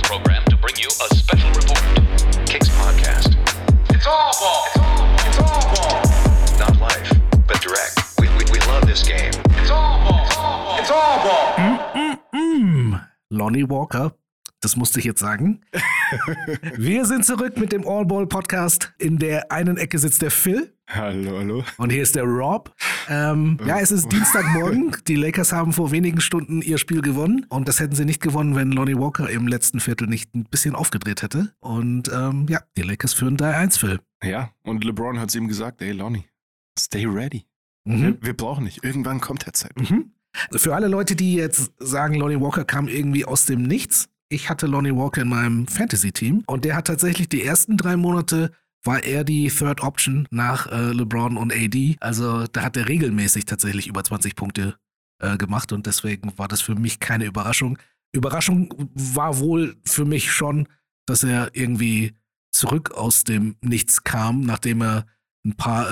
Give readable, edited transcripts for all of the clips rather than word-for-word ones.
program to bring you a special report. Kicks Podcast. It's all ball. It's all ball. Not live, but direct. We love this game. It's all ball. It's all ball. Lonnie Walker, das musste ich jetzt sagen. Wir sind zurück mit dem All-Ball-Podcast. In der einen Ecke sitzt der Phil. Hallo. Und hier ist der Rob. Ja, es ist Dienstagmorgen. Die Lakers haben vor wenigen Stunden ihr Spiel gewonnen. Und das hätten sie nicht gewonnen, wenn Lonnie Walker im letzten Viertel nicht ein bisschen aufgedreht hätte. Und ja, die Lakers führen 3-1, Phil. Ja, und LeBron hat es ihm gesagt, ey Lonnie, stay ready. Wir brauchen nicht. Irgendwann kommt der Zeitpunkt. Für alle Leute, die jetzt sagen, Lonnie Walker kam irgendwie aus dem Nichts. Ich hatte Lonnie Walker in meinem Fantasy-Team. Und der hat tatsächlich die ersten 3 Monate war er die Third Option nach LeBron und AD. Also da hat er regelmäßig tatsächlich über 20 Punkte gemacht und deswegen war das für mich keine Überraschung. Überraschung war wohl für mich schon, dass er irgendwie zurück aus dem Nichts kam, nachdem er ein paar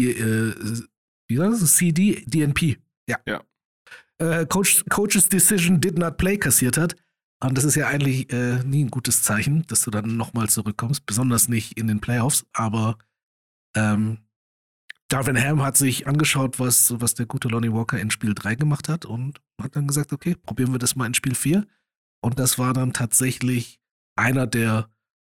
DNP. Ja. Coach's Decision did not play kassiert hat. Und das ist ja eigentlich nie ein gutes Zeichen, dass du dann nochmal zurückkommst, besonders nicht in den Playoffs. Aber Darvin Ham hat sich angeschaut, was der gute Lonnie Walker in Spiel 3 gemacht hat und hat dann gesagt, okay, probieren wir das mal in Spiel 4. Und das war dann tatsächlich einer der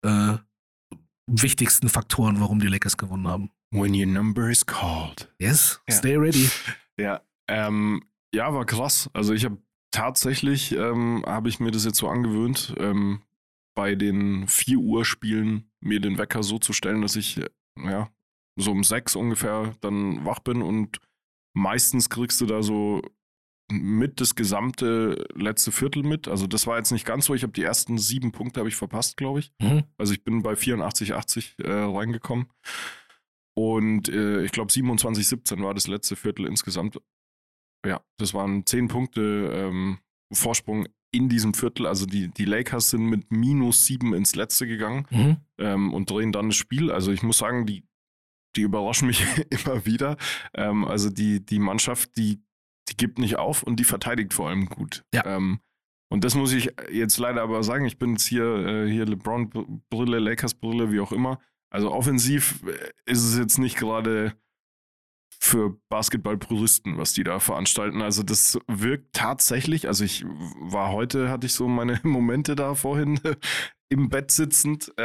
wichtigsten Faktoren, warum die Lakers gewonnen haben. When your number is called. Yes, stay ready. Ja, war krass. Also ich habe tatsächlich, habe ich mir das jetzt so angewöhnt, bei den 4 Uhr Spielen mir den Wecker so zu stellen, dass ich so um 6 ungefähr dann wach bin und meistens kriegst du da so mit das gesamte letzte Viertel mit. Also das war jetzt nicht ganz so. Ich habe die ersten 7 Punkte habe ich verpasst, glaube ich. Also ich bin bei 84,80 reingekommen. Und ich glaube 27,17 war das letzte Viertel insgesamt. Ja, das waren 10 Punkte Vorsprung in diesem Viertel. Also die Lakers sind mit -7 ins Letzte gegangen und drehen dann das Spiel. Also ich muss sagen, die überraschen mich immer wieder. Also die Mannschaft, die gibt nicht auf und die verteidigt vor allem gut. Ja. Und das muss ich jetzt leider aber sagen. Ich bin jetzt hier LeBron-Brille, Lakers-Brille, wie auch immer. Also offensiv ist es jetzt nicht gerade für Basketball-Puristen, was die da veranstalten. Also das wirkt tatsächlich, also hatte ich so meine Momente da vorhin im Bett sitzend,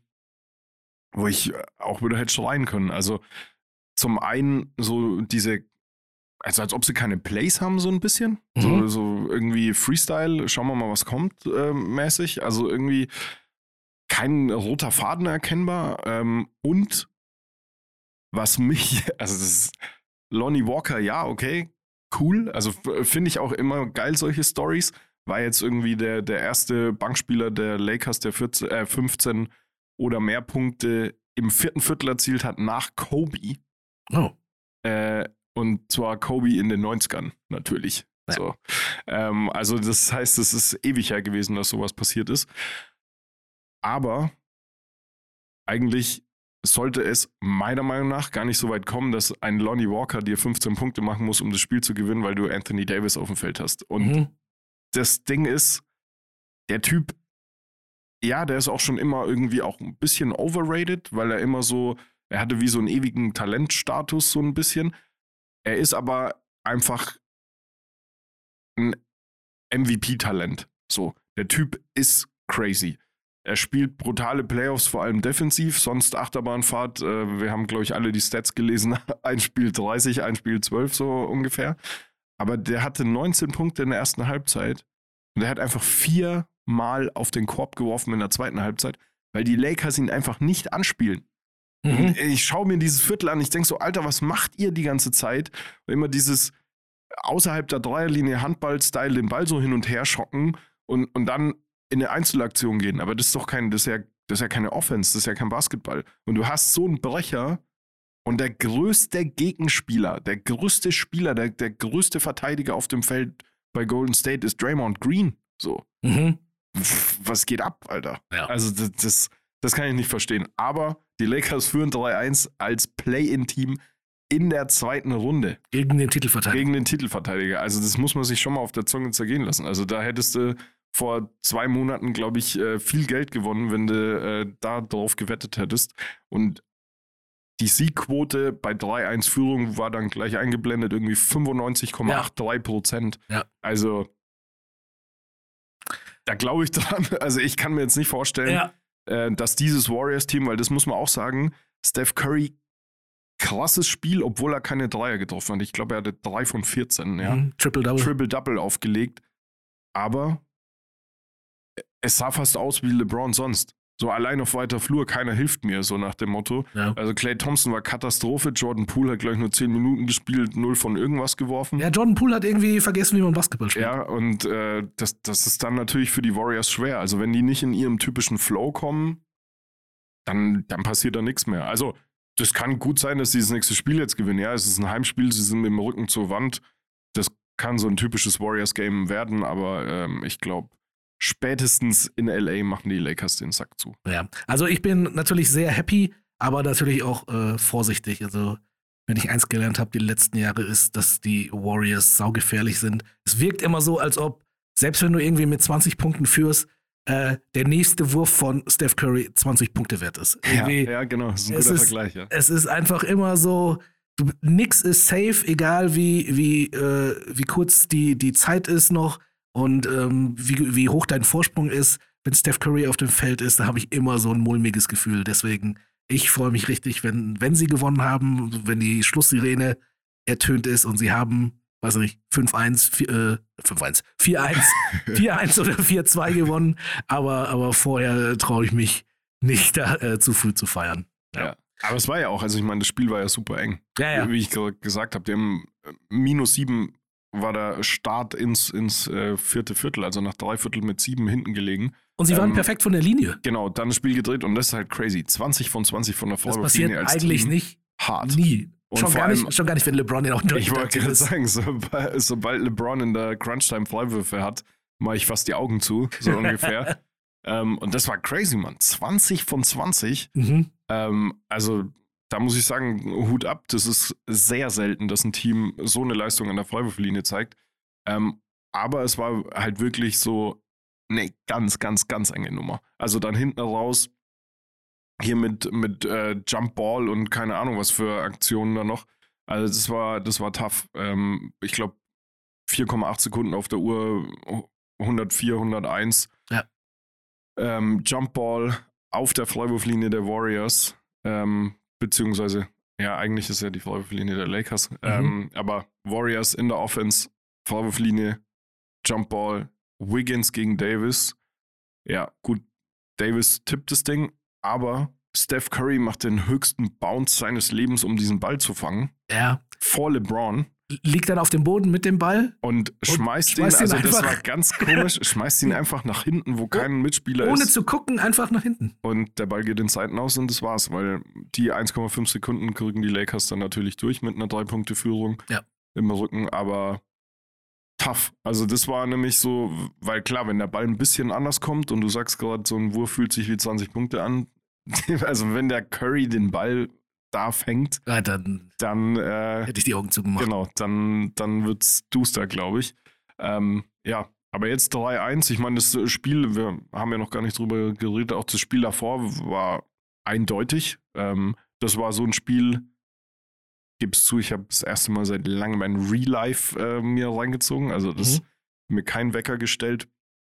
wo ich auch wieder hätte schreien können. Also zum einen so also als ob sie keine Plays haben so ein bisschen. So irgendwie Freestyle, schauen wir mal, was kommt mäßig. Also irgendwie kein roter Faden erkennbar. Und was mich, also das ist Lonnie Walker, ja, okay, cool. Also finde ich auch immer geil, solche Stories. War jetzt irgendwie der erste Bankspieler der Lakers, der 15 oder mehr Punkte im 4. Viertel erzielt hat nach Kobe. Oh. Und zwar Kobe in den 90ern, natürlich. Ja. So. Also das heißt, es ist ewig her gewesen, dass sowas passiert ist. Aber eigentlich sollte es meiner Meinung nach gar nicht so weit kommen, dass ein Lonnie Walker dir 15 Punkte machen muss, um das Spiel zu gewinnen, weil du Anthony Davis auf dem Feld hast. Und das Ding ist, der Typ, ja, der ist auch schon immer irgendwie auch ein bisschen overrated, weil er hatte wie so einen ewigen Talentstatus so ein bisschen. Er ist aber einfach ein MVP-Talent. So, der Typ ist crazy. Er spielt brutale Playoffs, vor allem defensiv, sonst Achterbahnfahrt. Wir haben, glaube ich, alle die Stats gelesen. Ein Spiel 30, ein Spiel 12 so ungefähr. Aber der hatte 19 Punkte in der ersten Halbzeit und er hat einfach 4 Mal auf den Korb geworfen in der zweiten Halbzeit, weil die Lakers ihn einfach nicht anspielen. Und ich schaue mir dieses Viertel an, ich denke so, Alter, was macht ihr die ganze Zeit? Und immer dieses außerhalb der Dreierlinie Handball-Style den Ball so hin und her schocken und dann in eine Einzelaktion gehen. Aber das ist doch das ist ja keine Offense, das ist ja kein Basketball. Und du hast so einen Brecher und der größte Gegenspieler, der größte Spieler, der größte Verteidiger auf dem Feld bei Golden State ist Draymond Green. So. Was geht ab, Alter? Ja. Also das kann ich nicht verstehen. Aber die Lakers führen 3-1 als Play-in-Team in der 2. Runde. Gegen den Titelverteidiger. Also das muss man sich schon mal auf der Zunge zergehen lassen. Also da hättest du vor 2 Monaten, glaube ich, viel Geld gewonnen, wenn du da drauf gewettet hättest. Und die Siegquote bei 3-1-Führung war dann gleich eingeblendet, irgendwie 95,83%. Ja. Also, da glaube ich dran. Also, ich kann mir jetzt nicht vorstellen, dass dieses Warriors-Team, weil das muss man auch sagen, Steph Curry, krasses Spiel, obwohl er keine Dreier getroffen hat. Ich glaube, er hatte 3 von 14, ja. Triple-Double aufgelegt. Aber es sah fast aus wie LeBron sonst. So allein auf weiter Flur, keiner hilft mir, so nach dem Motto. Ja. Also Klay Thompson war Katastrophe, Jordan Poole hat gleich nur 10 Minuten gespielt, 0 von irgendwas geworfen. Ja, Jordan Poole hat irgendwie vergessen, wie man Basketball spielt. Ja, und das ist dann natürlich für die Warriors schwer. Also wenn die nicht in ihrem typischen Flow kommen, dann passiert da nichts mehr. Also das kann gut sein, dass sie das nächste Spiel jetzt gewinnen. Ja, es ist ein Heimspiel, sie sind mit dem Rücken zur Wand. Das kann so ein typisches Warriors-Game werden, aber ich glaube, spätestens in L.A. machen die Lakers den Sack zu. Ja, also ich bin natürlich sehr happy, aber natürlich auch vorsichtig. Also wenn ich eins gelernt habe die letzten Jahre ist, dass die Warriors saugefährlich sind. Es wirkt immer so, als ob, selbst wenn du irgendwie mit 20 Punkten führst, der nächste Wurf von Steph Curry 20 Punkte wert ist. Ja, genau, das ist ein guter Vergleich. Ja. Es ist einfach immer so, nix ist safe, egal wie kurz die Zeit ist noch und wie hoch dein Vorsprung ist. Wenn Steph Curry auf dem Feld ist, da habe ich immer so ein mulmiges Gefühl. Deswegen, ich freue mich richtig, wenn sie gewonnen haben, wenn die Schlusssirene ertönt ist und sie haben, weiß nicht, 4-1 oder 4-2 gewonnen, aber vorher traue ich mich nicht, da zu früh zu feiern. Ja. Aber es war ja auch, also ich meine, das Spiel war ja super eng. Ja. Wie ich gesagt habe, die haben -7 war der Start ins vierte Viertel, also nach 3 Viertel mit 7 hinten gelegen. Und sie waren perfekt von der Linie. Genau, dann das Spiel gedreht und das ist halt crazy. 20 von 20 von der Vorwurflinie als Team. Das passiert eigentlich nicht. Hart. Nie. Schon gar nicht, wenn LeBron den auch durch. Ich wollte gerade sagen, sobald LeBron in der Crunch-Time Freiwürfe hat, mache ich fast die Augen zu, so ungefähr. Und das war crazy, Mann. 20 von 20. Mhm. Also, da muss ich sagen, Hut ab. Das ist sehr selten, dass ein Team so eine Leistung an der Freiwurflinie zeigt. Aber es war halt wirklich so eine ganz, ganz, ganz enge Nummer. Also dann hinten raus hier mit Jump Ball und keine Ahnung, was für Aktionen da noch. Also das war tough. Ich glaube, 4,8 Sekunden auf der Uhr, 104, 101. Ja. Jump Ball auf der Freiwurflinie der Warriors, beziehungsweise, ja, eigentlich ist ja die Freiwurflinie der Lakers. Aber Warriors in der Offense, Freiwurflinie, Jump Ball, Wiggins gegen Davis. Ja, gut, Davis tippt das Ding, aber Steph Curry macht den höchsten Bounce seines Lebens, um diesen Ball zu fangen. Ja. Vor LeBron. Liegt dann auf dem Boden mit dem Ball. Und schmeißt ihn, also das war ganz komisch, schmeißt ihn einfach nach hinten, wo kein Mitspieler ist. Ohne zu gucken, einfach nach hinten. Und der Ball geht in Seiten aus und das war's, weil die 1,5 Sekunden kriegen die Lakers dann natürlich durch mit einer 3-Punkte-Führung im Rücken, aber tough. Also das war nämlich so, weil klar, wenn der Ball ein bisschen anders kommt und du sagst gerade, so ein Wurf fühlt sich wie 20 Punkte an, also wenn der Curry den Ball da fängt, ja, dann hätte ich die Augen zugemacht. Genau, dann wird's duster, glaube ich. Ja, aber jetzt 3-1. Ich meine, das Spiel, wir haben ja noch gar nicht drüber geredet, auch das Spiel davor war eindeutig. Das war so ein Spiel, gib's zu, ich habe das erste Mal seit langem ein Real Life mir reingezogen, also das mir keinen Wecker gestellt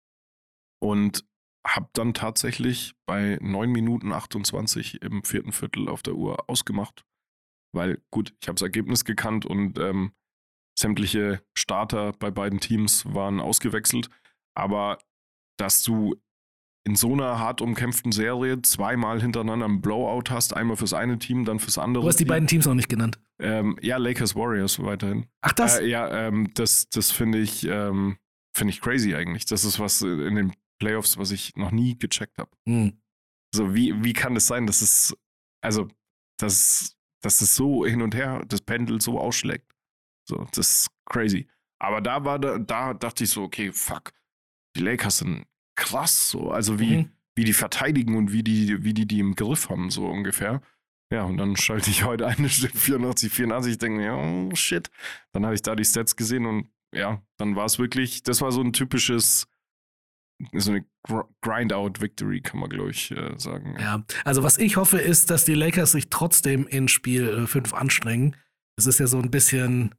und habe dann tatsächlich bei 9 Minuten 28 im 4. Viertel auf der Uhr ausgemacht, weil gut, ich habe das Ergebnis gekannt und sämtliche Starter bei beiden Teams waren ausgewechselt, aber dass du in so einer hart umkämpften Serie 2-mal hintereinander einen Blowout hast, einmal fürs eine Team, dann fürs andere. Du hast die beiden Teams noch nicht genannt. Ja, Lakers Warriors weiterhin. Ach, das? Das finde ich crazy eigentlich. Das ist was in den Playoffs, was ich noch nie gecheckt habe. So, wie kann das sein, dass es so hin und her, das Pendel so ausschlägt. So, das ist crazy. Aber da dachte ich so, okay, fuck, die Lakers sind krass, so, also wie die verteidigen und wie die im Griff haben, so ungefähr. Ja, und dann schalte ich heute eine Stück 84, ich denke mir, oh shit. Dann habe ich da die Stats gesehen und ja, dann war es wirklich, das war so ein typisches eine Grind-Out-Victory, kann man, glaube ich, sagen. Ja, also was ich hoffe, ist, dass die Lakers sich trotzdem in Spiel 5 anstrengen. Das ist ja so ein bisschen,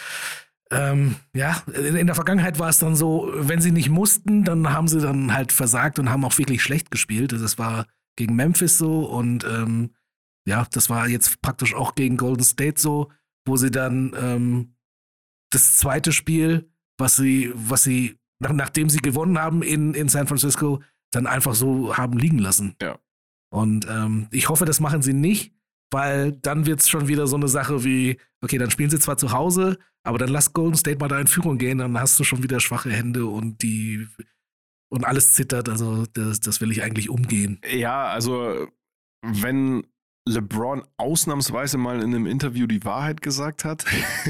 in der Vergangenheit war es dann so, wenn sie nicht mussten, dann haben sie dann halt versagt und haben auch wirklich schlecht gespielt. Das war gegen Memphis so und das war jetzt praktisch auch gegen Golden State so, wo sie dann das zweite Spiel, was sie nachdem sie gewonnen haben in San Francisco, dann einfach so haben liegen lassen. Ja. Und ich hoffe, das machen sie nicht, weil dann wird es schon wieder so eine Sache wie, okay, dann spielen sie zwar zu Hause, aber dann lass Golden State mal da in Führung gehen, dann hast du schon wieder schwache Hände und alles zittert. Also das will ich eigentlich umgehen. Ja, also wenn LeBron ausnahmsweise mal in einem Interview die Wahrheit gesagt hat,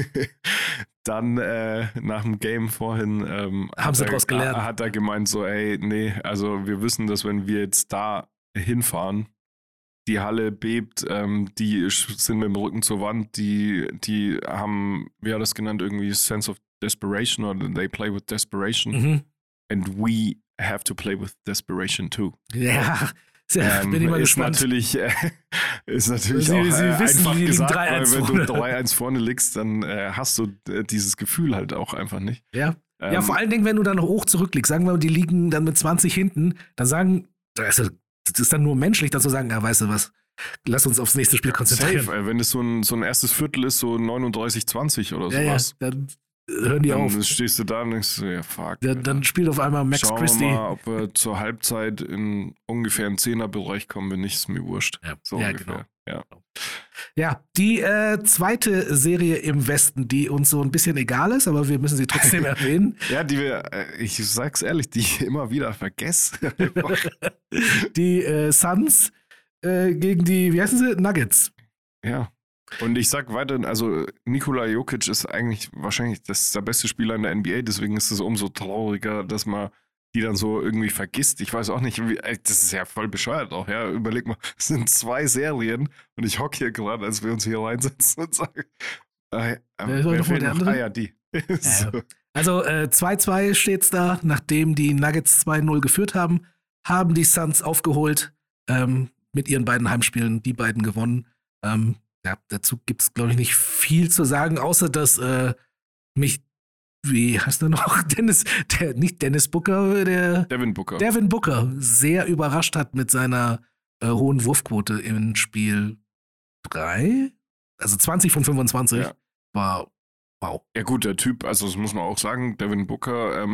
dann nach dem Game vorhin haben sie daraus gelernt. Hat er gemeint so, ey, nee, also wir wissen, dass wenn wir jetzt da hinfahren, die Halle bebt, die sind mit dem Rücken zur Wand, die haben, wie hat er das genannt, irgendwie Sense of Desperation oder they play with desperation and we have to play with desperation too. Ja, bin ich mal gespannt. Ist natürlich Sie auch wissen, einfach die gesagt, weil 3-1 wenn vorne. du 3-1 vorne liegst, dann hast du dieses Gefühl halt auch einfach nicht. Ja. Vor allen Dingen, wenn du dann hoch zurückliegst, sagen wir mal, die liegen dann mit 20 hinten, dann sagen, das ist dann nur menschlich, dann zu sagen, ja, weißt du was, lass uns aufs nächste Spiel konzentrieren. Safe, wenn es so ein erstes Viertel ist, so 39-20 oder sowas. Ja, dann hören die auf. Dann stehst du da und denkst, ja, fuck. Dann spielt auf einmal Max Schauen Christie. wir mal, ob wir zur Halbzeit in ungefähr einen 10er-Bereich kommen, wenn nicht, ist mir wurscht. Ja, so ja, ungefähr. genau. Ja. Ja, die zweite Serie im Westen, die uns so ein bisschen egal ist, aber wir müssen sie trotzdem erwähnen. Ja, die ich sag's ehrlich, die ich immer wieder vergesse. Die Suns gegen die, wie heißen sie? Nuggets. Ja. Und ich sag weiter, also Nikola Jokic ist eigentlich wahrscheinlich der beste Spieler in der NBA, deswegen ist es umso trauriger, dass man die dann so irgendwie vergisst. Ich weiß auch nicht, das ist ja voll bescheuert auch, ja. Überleg mal, es sind 2 Serien und ich hocke hier gerade, als wir uns hier reinsetzen und sagen, wer fehlt noch? Ah ja, die. So. Also 2-2 steht's da, nachdem die Nuggets 2-0 geführt haben die Suns aufgeholt, mit ihren beiden Heimspielen, die beiden gewonnen. Dazu gibt's, glaube ich, nicht viel zu sagen, außer dass mich, wie heißt er noch? Nicht Dennis Booker, Devin Booker. Devin Booker sehr überrascht hat mit seiner hohen Wurfquote in Spiel 3. Also 20 von 25 war wow. Ja gut, der Typ, also das muss man auch sagen, Devin Booker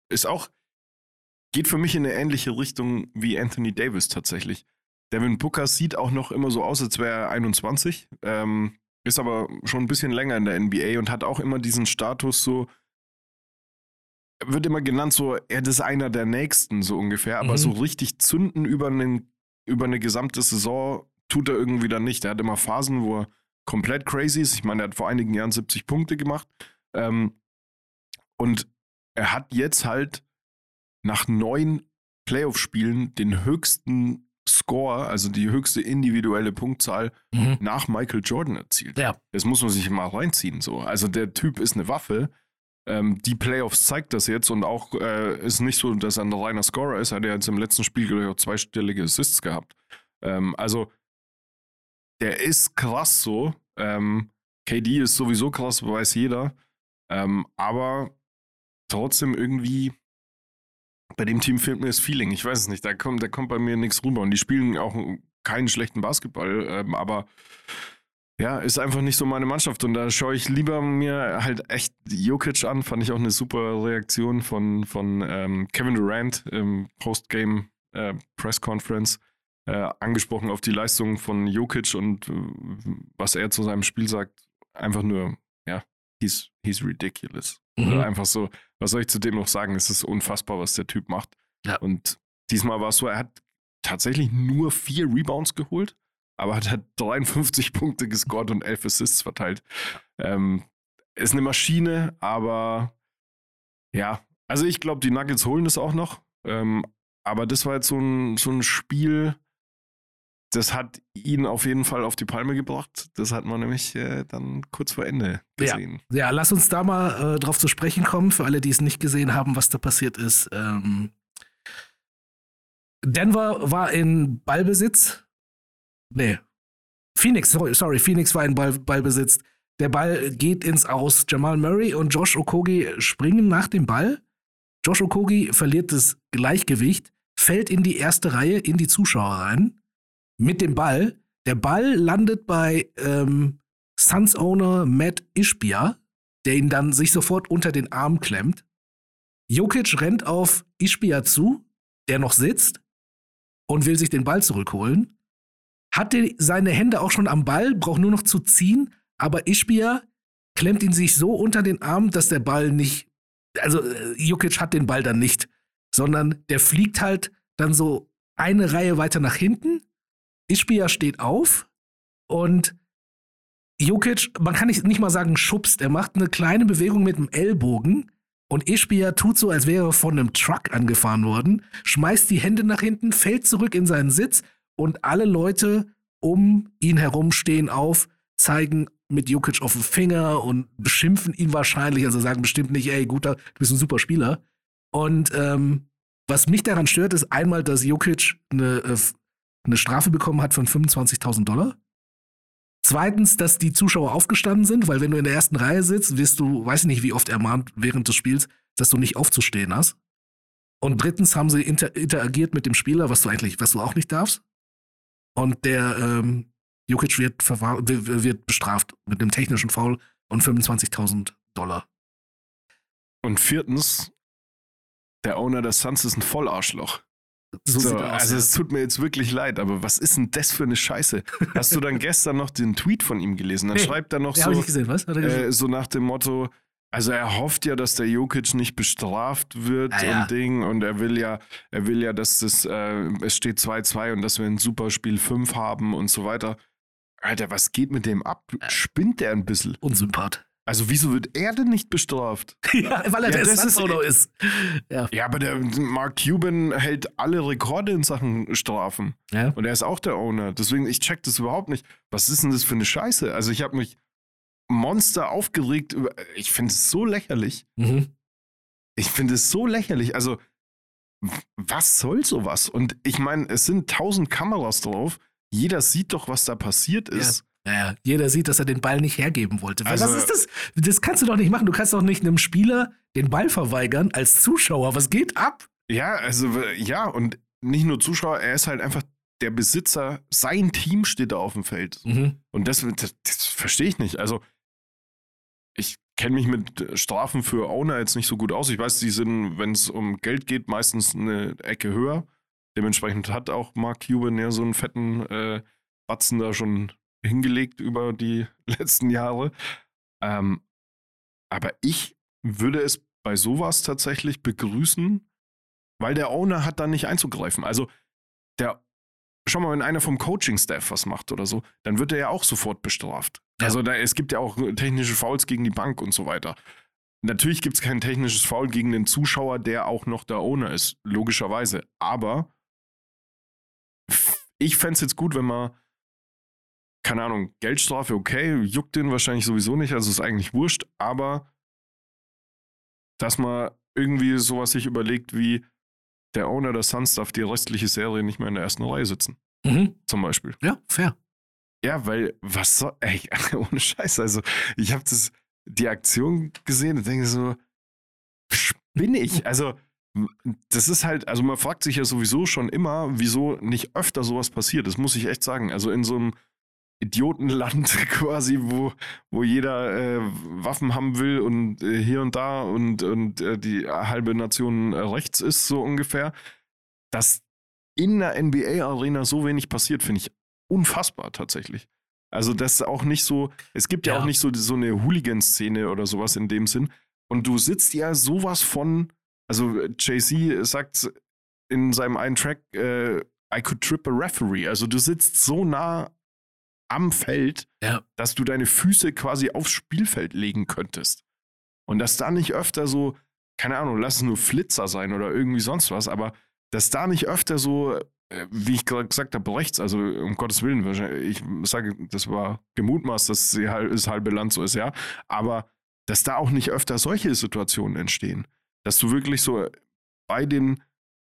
geht für mich in eine ähnliche Richtung wie Anthony Davis tatsächlich. Devin Booker sieht auch noch immer so aus, als wäre er 21, ist aber schon ein bisschen länger in der NBA und hat auch immer diesen Status so, wird immer genannt so, das ist einer der Nächsten so ungefähr, aber so richtig zünden über eine gesamte Saison tut er irgendwie dann nicht. Er hat immer Phasen, wo er komplett crazy ist. Ich meine, er hat vor einigen Jahren 70 Punkte gemacht und er hat jetzt halt nach 9 Playoff-Spielen den höchsten Score, also die höchste individuelle Punktzahl nach Michael Jordan erzielt. Ja. Das muss man sich mal reinziehen. So. Also der Typ ist eine Waffe. Die Playoffs zeigt das jetzt und auch ist nicht so, dass er ein reiner Scorer ist. Hat er jetzt im letzten Spiel, glaube ich, auch 2-stellige Assists gehabt. Also der ist krass so. KD ist sowieso krass, weiß jeder. Aber trotzdem irgendwie bei dem Team fehlt mir das Feeling. Ich weiß es nicht. Da kommt bei mir nichts rüber. Und die spielen auch keinen schlechten Basketball. Aber ja, ist einfach nicht so meine Mannschaft. Und da schaue ich lieber mir halt echt Jokic an. Fand ich auch eine super Reaktion von Kevin Durant im Postgame Press Conference. Angesprochen auf die Leistung von Jokic und was er zu seinem Spiel sagt. Einfach nur, ja, he's ridiculous. Oder einfach so, was soll ich zu dem noch sagen? Es ist unfassbar, was der Typ macht. Ja. Und diesmal war es so, er hat tatsächlich nur 4 Rebounds geholt, aber hat halt 53 Punkte gescored und 11 Assists verteilt. Ist eine Maschine, aber ja, also ich glaube, die Nuggets holen das auch noch. Aber das war jetzt so ein Spiel, das hat ihn auf jeden Fall auf die Palme gebracht. Das hat man nämlich dann kurz vor Ende gesehen. Ja, lass uns da mal drauf zu sprechen kommen, für alle, die es nicht gesehen haben, was da passiert ist. Denver war in Ballbesitz. Nee. Phoenix war in Ballbesitz. Der Ball geht ins Aus. Jamal Murray und Josh Okogie springen nach dem Ball. Josh Okogie verliert das Gleichgewicht, fällt in die erste Reihe, in die Zuschauer rein, mit dem Ball. Der Ball landet bei Suns-Owner Matt Ishbia, der ihn dann sich sofort unter den Arm klemmt. Jokic rennt auf Ishbia zu, der noch sitzt und will sich den Ball zurückholen. Hatte seine Hände auch schon am Ball, braucht nur noch zu ziehen, aber Ishbia klemmt ihn sich so unter den Arm, dass der Ball nicht, also Jokic hat den Ball dann nicht, sondern der fliegt halt dann so eine Reihe weiter nach hinten. Ishbia steht auf und Jokic, man kann nicht mal sagen schubst, er macht eine kleine Bewegung mit dem Ellbogen und Ishbia tut so, als wäre er von einem Truck angefahren worden, schmeißt die Hände nach hinten, fällt zurück in seinen Sitz und alle Leute um ihn herum stehen auf, zeigen mit Jokic auf den Finger und beschimpfen ihn wahrscheinlich, also sagen bestimmt nicht, ey, guter, du bist ein super Spieler. Und was mich daran stört, ist einmal, dass Jokic eine Strafe bekommen hat von $25.000. Zweitens, dass die Zuschauer aufgestanden sind, weil wenn du in der ersten Reihe sitzt, wirst du, weiß ich nicht, wie oft ermahnt während des Spiels, dass du nicht aufzustehen hast. Und drittens haben sie interagiert mit dem Spieler, was du auch nicht darfst. Und der Jokic wird bestraft mit einem technischen Foul und $25.000. Und viertens, der Owner der Suns ist ein Vollarschloch. So sieht er aus, also ja. es tut mir jetzt wirklich leid, aber was ist denn das für eine Scheiße? Hast du dann gestern noch den Tweet von ihm gelesen? Dann schreibt er noch hab ich nicht gesehen, was? Hat er gesehen? So nach dem Motto, also er hofft ja, dass der Jokic nicht bestraft wird und Ding und er will ja, dass es steht 2-2 und dass wir ein Superspiel 5 haben und so weiter. Alter, was geht mit dem ab? Spinnt der ein bisschen? Unsympath. Also wieso wird er denn nicht bestraft? Ja, weil er der Suns-Owner ist. Ja, aber der Mark Cuban hält alle Rekorde in Sachen Strafen. Ja. Und er ist auch der Owner. Deswegen, ich check das überhaupt nicht. Was ist denn das für eine Scheiße? Also ich habe mich Monster aufgeregt. Ich finde es so lächerlich. Mhm. Ich finde es so lächerlich. Also was soll sowas? Und ich meine, es sind 1000 Kameras drauf. Jeder sieht doch, was da passiert ist. Ja, jeder sieht, dass er den Ball nicht hergeben wollte. Weil Also, das kannst du doch nicht machen. Du kannst doch nicht einem Spieler den Ball verweigern als Zuschauer. Was geht ab? Ja, also ja, und nicht nur Zuschauer, er ist halt einfach der Besitzer, sein Team steht da auf dem Feld. Mhm. Und das verstehe ich nicht. Also ich kenne mich mit Strafen für Owner jetzt nicht so gut aus. Ich weiß, die sind, wenn es um Geld geht, meistens eine Ecke höher. Dementsprechend hat auch Mark Cuban ja so einen fetten Batzen da schon hingelegt über die letzten Jahre. Aber ich würde es bei sowas tatsächlich begrüßen, weil der Owner hat da nicht einzugreifen. Also schau mal, wenn einer vom Coaching-Staff was macht oder so, dann wird er ja auch sofort bestraft. Ja. Also es gibt ja auch technische Fouls gegen die Bank und so weiter. Natürlich gibt es kein technisches Foul gegen den Zuschauer, der auch noch der Owner ist, logischerweise. Aber ich fände es jetzt gut, wenn man, keine Ahnung, Geldstrafe, okay, juckt den wahrscheinlich sowieso nicht, also ist eigentlich wurscht, aber dass man irgendwie sowas sich überlegt wie, der Owner der Suns darf die restliche Serie nicht mehr in der ersten Reihe sitzen. Mhm. Zum Beispiel. Ja, fair. Ja, weil, was soll, ey, ohne Scheiß, also ich habe die Aktion gesehen und denke so, spinne ich? Also, das ist halt, also man fragt sich ja sowieso schon immer, wieso nicht öfter sowas passiert. Das muss ich echt sagen. Also in so einem Idiotenland quasi, wo jeder Waffen haben will und hier und da und die halbe Nation rechts ist, so ungefähr. Dass in der NBA-Arena so wenig passiert, finde ich unfassbar tatsächlich. Also das ist auch nicht so, es gibt ja auch nicht so eine Hooligan-Szene oder sowas in dem Sinn. Und du sitzt ja sowas von, also Jay-Z sagt in seinem einen Track, I could trip a referee. Also du sitzt so nah am Feld, dass du deine Füße quasi aufs Spielfeld legen könntest. Und dass da nicht öfter so, keine Ahnung, lass es nur Flitzer sein oder irgendwie sonst was, aber dass da nicht öfter so, wie ich gerade gesagt habe, rechts, also um Gottes Willen, ich sage, das war gemutmaßt, dass das halbe Land so ist, ja, aber dass da auch nicht öfter solche Situationen entstehen. Dass du wirklich so bei den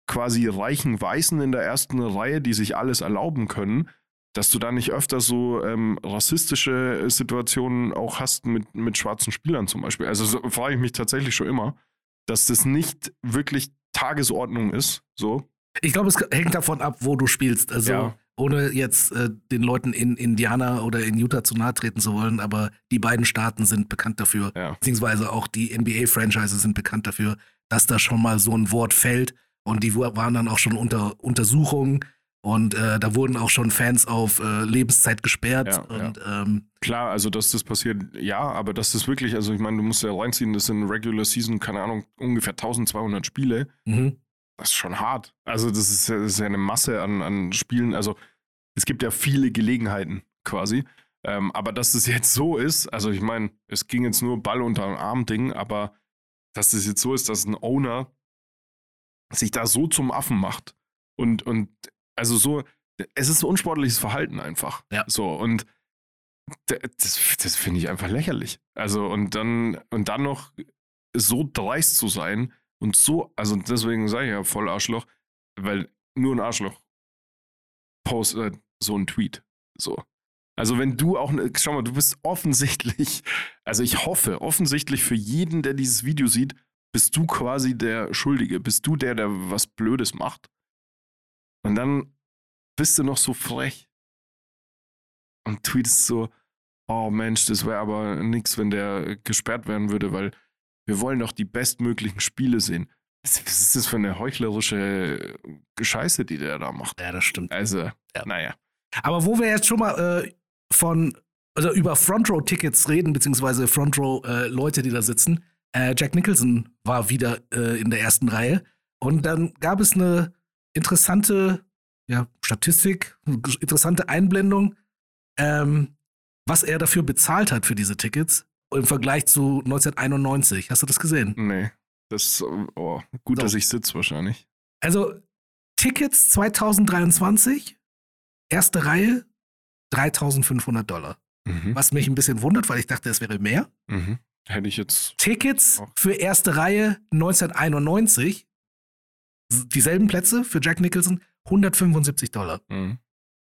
quasi reichen Weißen in der ersten Reihe, die sich alles erlauben können, dass du da nicht öfter so rassistische Situationen auch hast mit schwarzen Spielern zum Beispiel. Also so frage ich mich tatsächlich schon immer, dass das nicht wirklich Tagesordnung ist. So. Ich glaube, es hängt davon ab, wo du spielst. Also Ja. ohne jetzt den Leuten in Indiana oder in Utah zu nahe treten zu wollen, aber die beiden Staaten sind bekannt dafür, Ja. beziehungsweise auch die NBA-Franchises sind bekannt dafür, dass da schon mal so ein Wort fällt und die waren dann auch schon unter Untersuchung und da wurden auch schon Fans auf Lebenszeit gesperrt Ja, und Klar, also dass das passiert, ja, aber dass das wirklich, also ich meine, du musst ja reinziehen, das sind Regular Season, keine Ahnung, ungefähr 1200 Spiele. Das ist schon hart. Also das ist ja eine Masse an Spielen. Also es gibt ja viele Gelegenheiten quasi. Aber dass das jetzt so ist, also ich meine, es ging jetzt nur Ball unter den Arm-Ding, aber dass das jetzt so ist, dass ein Owner sich da so zum Affen macht und also so, es ist so unsportliches Verhalten einfach. Ja. So, und das finde ich einfach lächerlich. Also und dann noch so dreist zu sein und so, also deswegen sage ich ja voll Arschloch, weil nur ein Arschloch postet so einen Tweet. So. Also wenn du auch, schau mal, du bist offensichtlich, also ich hoffe, offensichtlich für jeden, der dieses Video sieht, bist du quasi der Schuldige, bist du der was Blödes macht. Und dann bist du noch so frech und tweetest so, oh Mensch, das wäre aber nix, wenn der gesperrt werden würde, weil wir wollen doch die bestmöglichen Spiele sehen. Was ist das für eine heuchlerische Scheiße, die der da macht? ja, das stimmt. Also, Ja. naja. Aber wo wir jetzt schon mal also über Front Row Tickets reden, beziehungsweise Front Row Leute, die da sitzen, Jack Nicholson war wieder in der ersten Reihe und dann gab es eine interessante Statistik, interessante Einblendung, was er dafür bezahlt hat für diese Tickets im Vergleich zu 1991. Hast du das gesehen? Nee. Das, gut, So. dass ich sitze wahrscheinlich. Also Tickets 2023, erste Reihe, $3.500. Mhm. Was mich ein bisschen wundert, weil ich dachte, es wäre mehr. Mhm. Hätte ich jetzt. Tickets Auch. für erste Reihe 1991, dieselben Plätze für Jack Nicholson, $175. Mhm.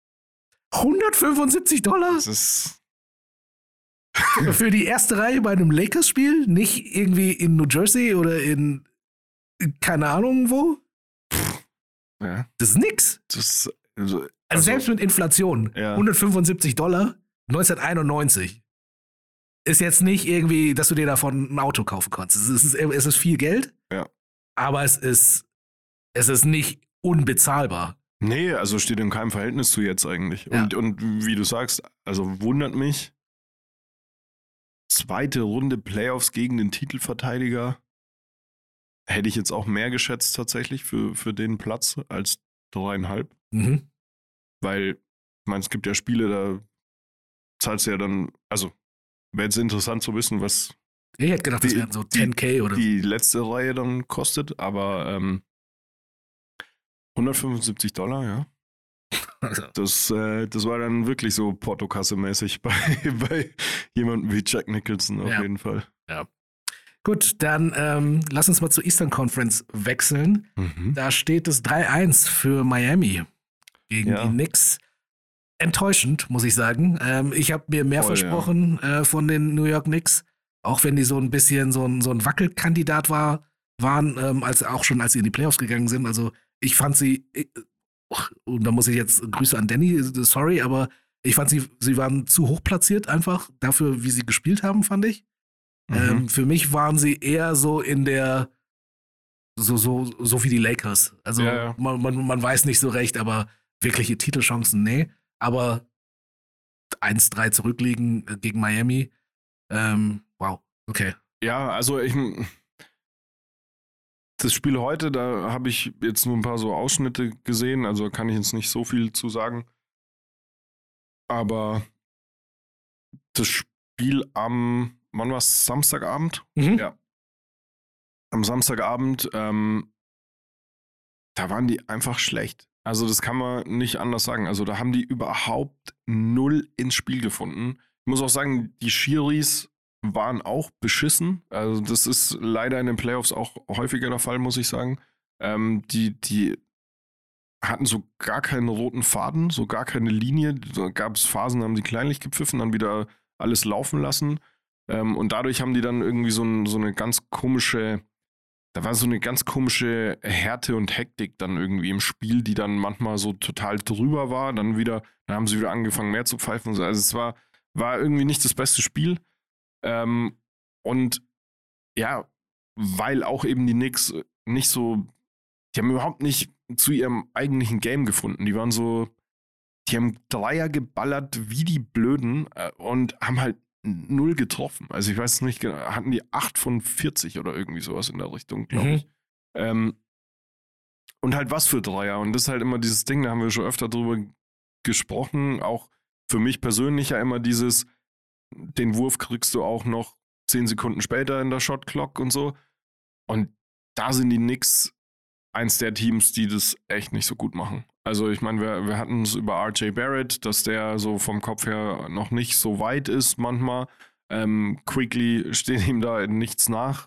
$175 Das ist. für die erste Reihe bei einem Lakers-Spiel? Nicht irgendwie in New Jersey oder in keine Ahnung wo? Ja. Das ist nix. Das, Also selbst mit Inflation, Ja. $175, 1991. Ist jetzt nicht irgendwie, dass du dir davon ein Auto kaufen konntest. Es ist viel Geld, Ja. aber es ist nicht unbezahlbar. Nee, also steht in keinem Verhältnis zu jetzt eigentlich. Ja. Und wie du sagst, also wundert mich. Zweite Runde Playoffs gegen den Titelverteidiger. Hätte ich jetzt auch mehr geschätzt tatsächlich für den Platz als 3,5. Mhm. Weil, ich meine, es gibt ja Spiele, da zahlst du ja dann, also wäre jetzt interessant zu wissen, was Ich hätte gedacht, das wären so 10K oder so. die letzte Reihe dann kostet, aber $175, ja. Also, Das war dann wirklich so Portokasse-mäßig bei jemandem wie Jack Nicholson auf Ja. jeden Fall. gut, dann lass uns mal zur Eastern Conference wechseln. Mhm. Da steht es 3-1 für Miami gegen Ja. die Knicks. Enttäuschend, muss ich sagen. Ich habe mir mehr Voll, versprochen von den New York Knicks, auch wenn die so ein bisschen so ein Wackelkandidat waren, als sie in die Playoffs gegangen sind. Also ich fand sie, und da muss ich jetzt Grüße an Danny, sorry, aber ich fand sie waren zu hoch platziert einfach dafür, wie sie gespielt haben, fand ich. Mhm. Für mich waren sie eher so in der so wie die Lakers. Also Ja, ja. Man weiß nicht so recht, aber wirkliche Titelchancen, nee. Aber 1-3 zurückliegen gegen Miami. Wow, okay. Ja, also das Spiel heute, da habe ich jetzt nur ein paar so Ausschnitte gesehen, also kann ich jetzt nicht so viel zu sagen. Aber das Spiel wann war es? Samstagabend? Mhm. Ja. Am Samstagabend, da waren die einfach schlecht. Also das kann man nicht anders sagen. Also da haben die überhaupt null ins Spiel gefunden. Ich muss auch sagen, die Schiris waren auch beschissen. Also das ist leider in den Playoffs auch häufiger der Fall, muss ich sagen. Die hatten so gar keinen roten Faden, so gar keine Linie. Da gab es Phasen, da haben die kleinlich gepfiffen, dann wieder alles laufen lassen. Und dadurch haben die dann irgendwie so eine ganz komische, da war so eine ganz komische Härte und Hektik dann irgendwie im Spiel, die dann manchmal so total drüber war. Dann haben sie wieder angefangen mehr zu pfeifen und so. Also es war irgendwie nicht das beste Spiel. Und ja, weil auch eben die Knicks nicht so, die haben überhaupt nicht zu ihrem eigentlichen Game gefunden. Die haben Dreier geballert wie die Blöden und haben halt 0 getroffen. Also ich weiß nicht genau, hatten die 8 von 40 oder irgendwie sowas in der Richtung, glaube ich. Und halt was für Dreier. Und das ist halt immer dieses Ding, da haben wir schon öfter drüber gesprochen, auch für mich persönlich ja immer dieses, den Wurf kriegst du auch noch 10 Sekunden später in der Shot Clock und so. Und da sind die Knicks eins der Teams, die das echt nicht so gut machen. Also ich meine, wir hatten es über RJ Barrett, dass der so vom Kopf her noch nicht so weit ist manchmal. Quickly steht ihm da in nichts nach.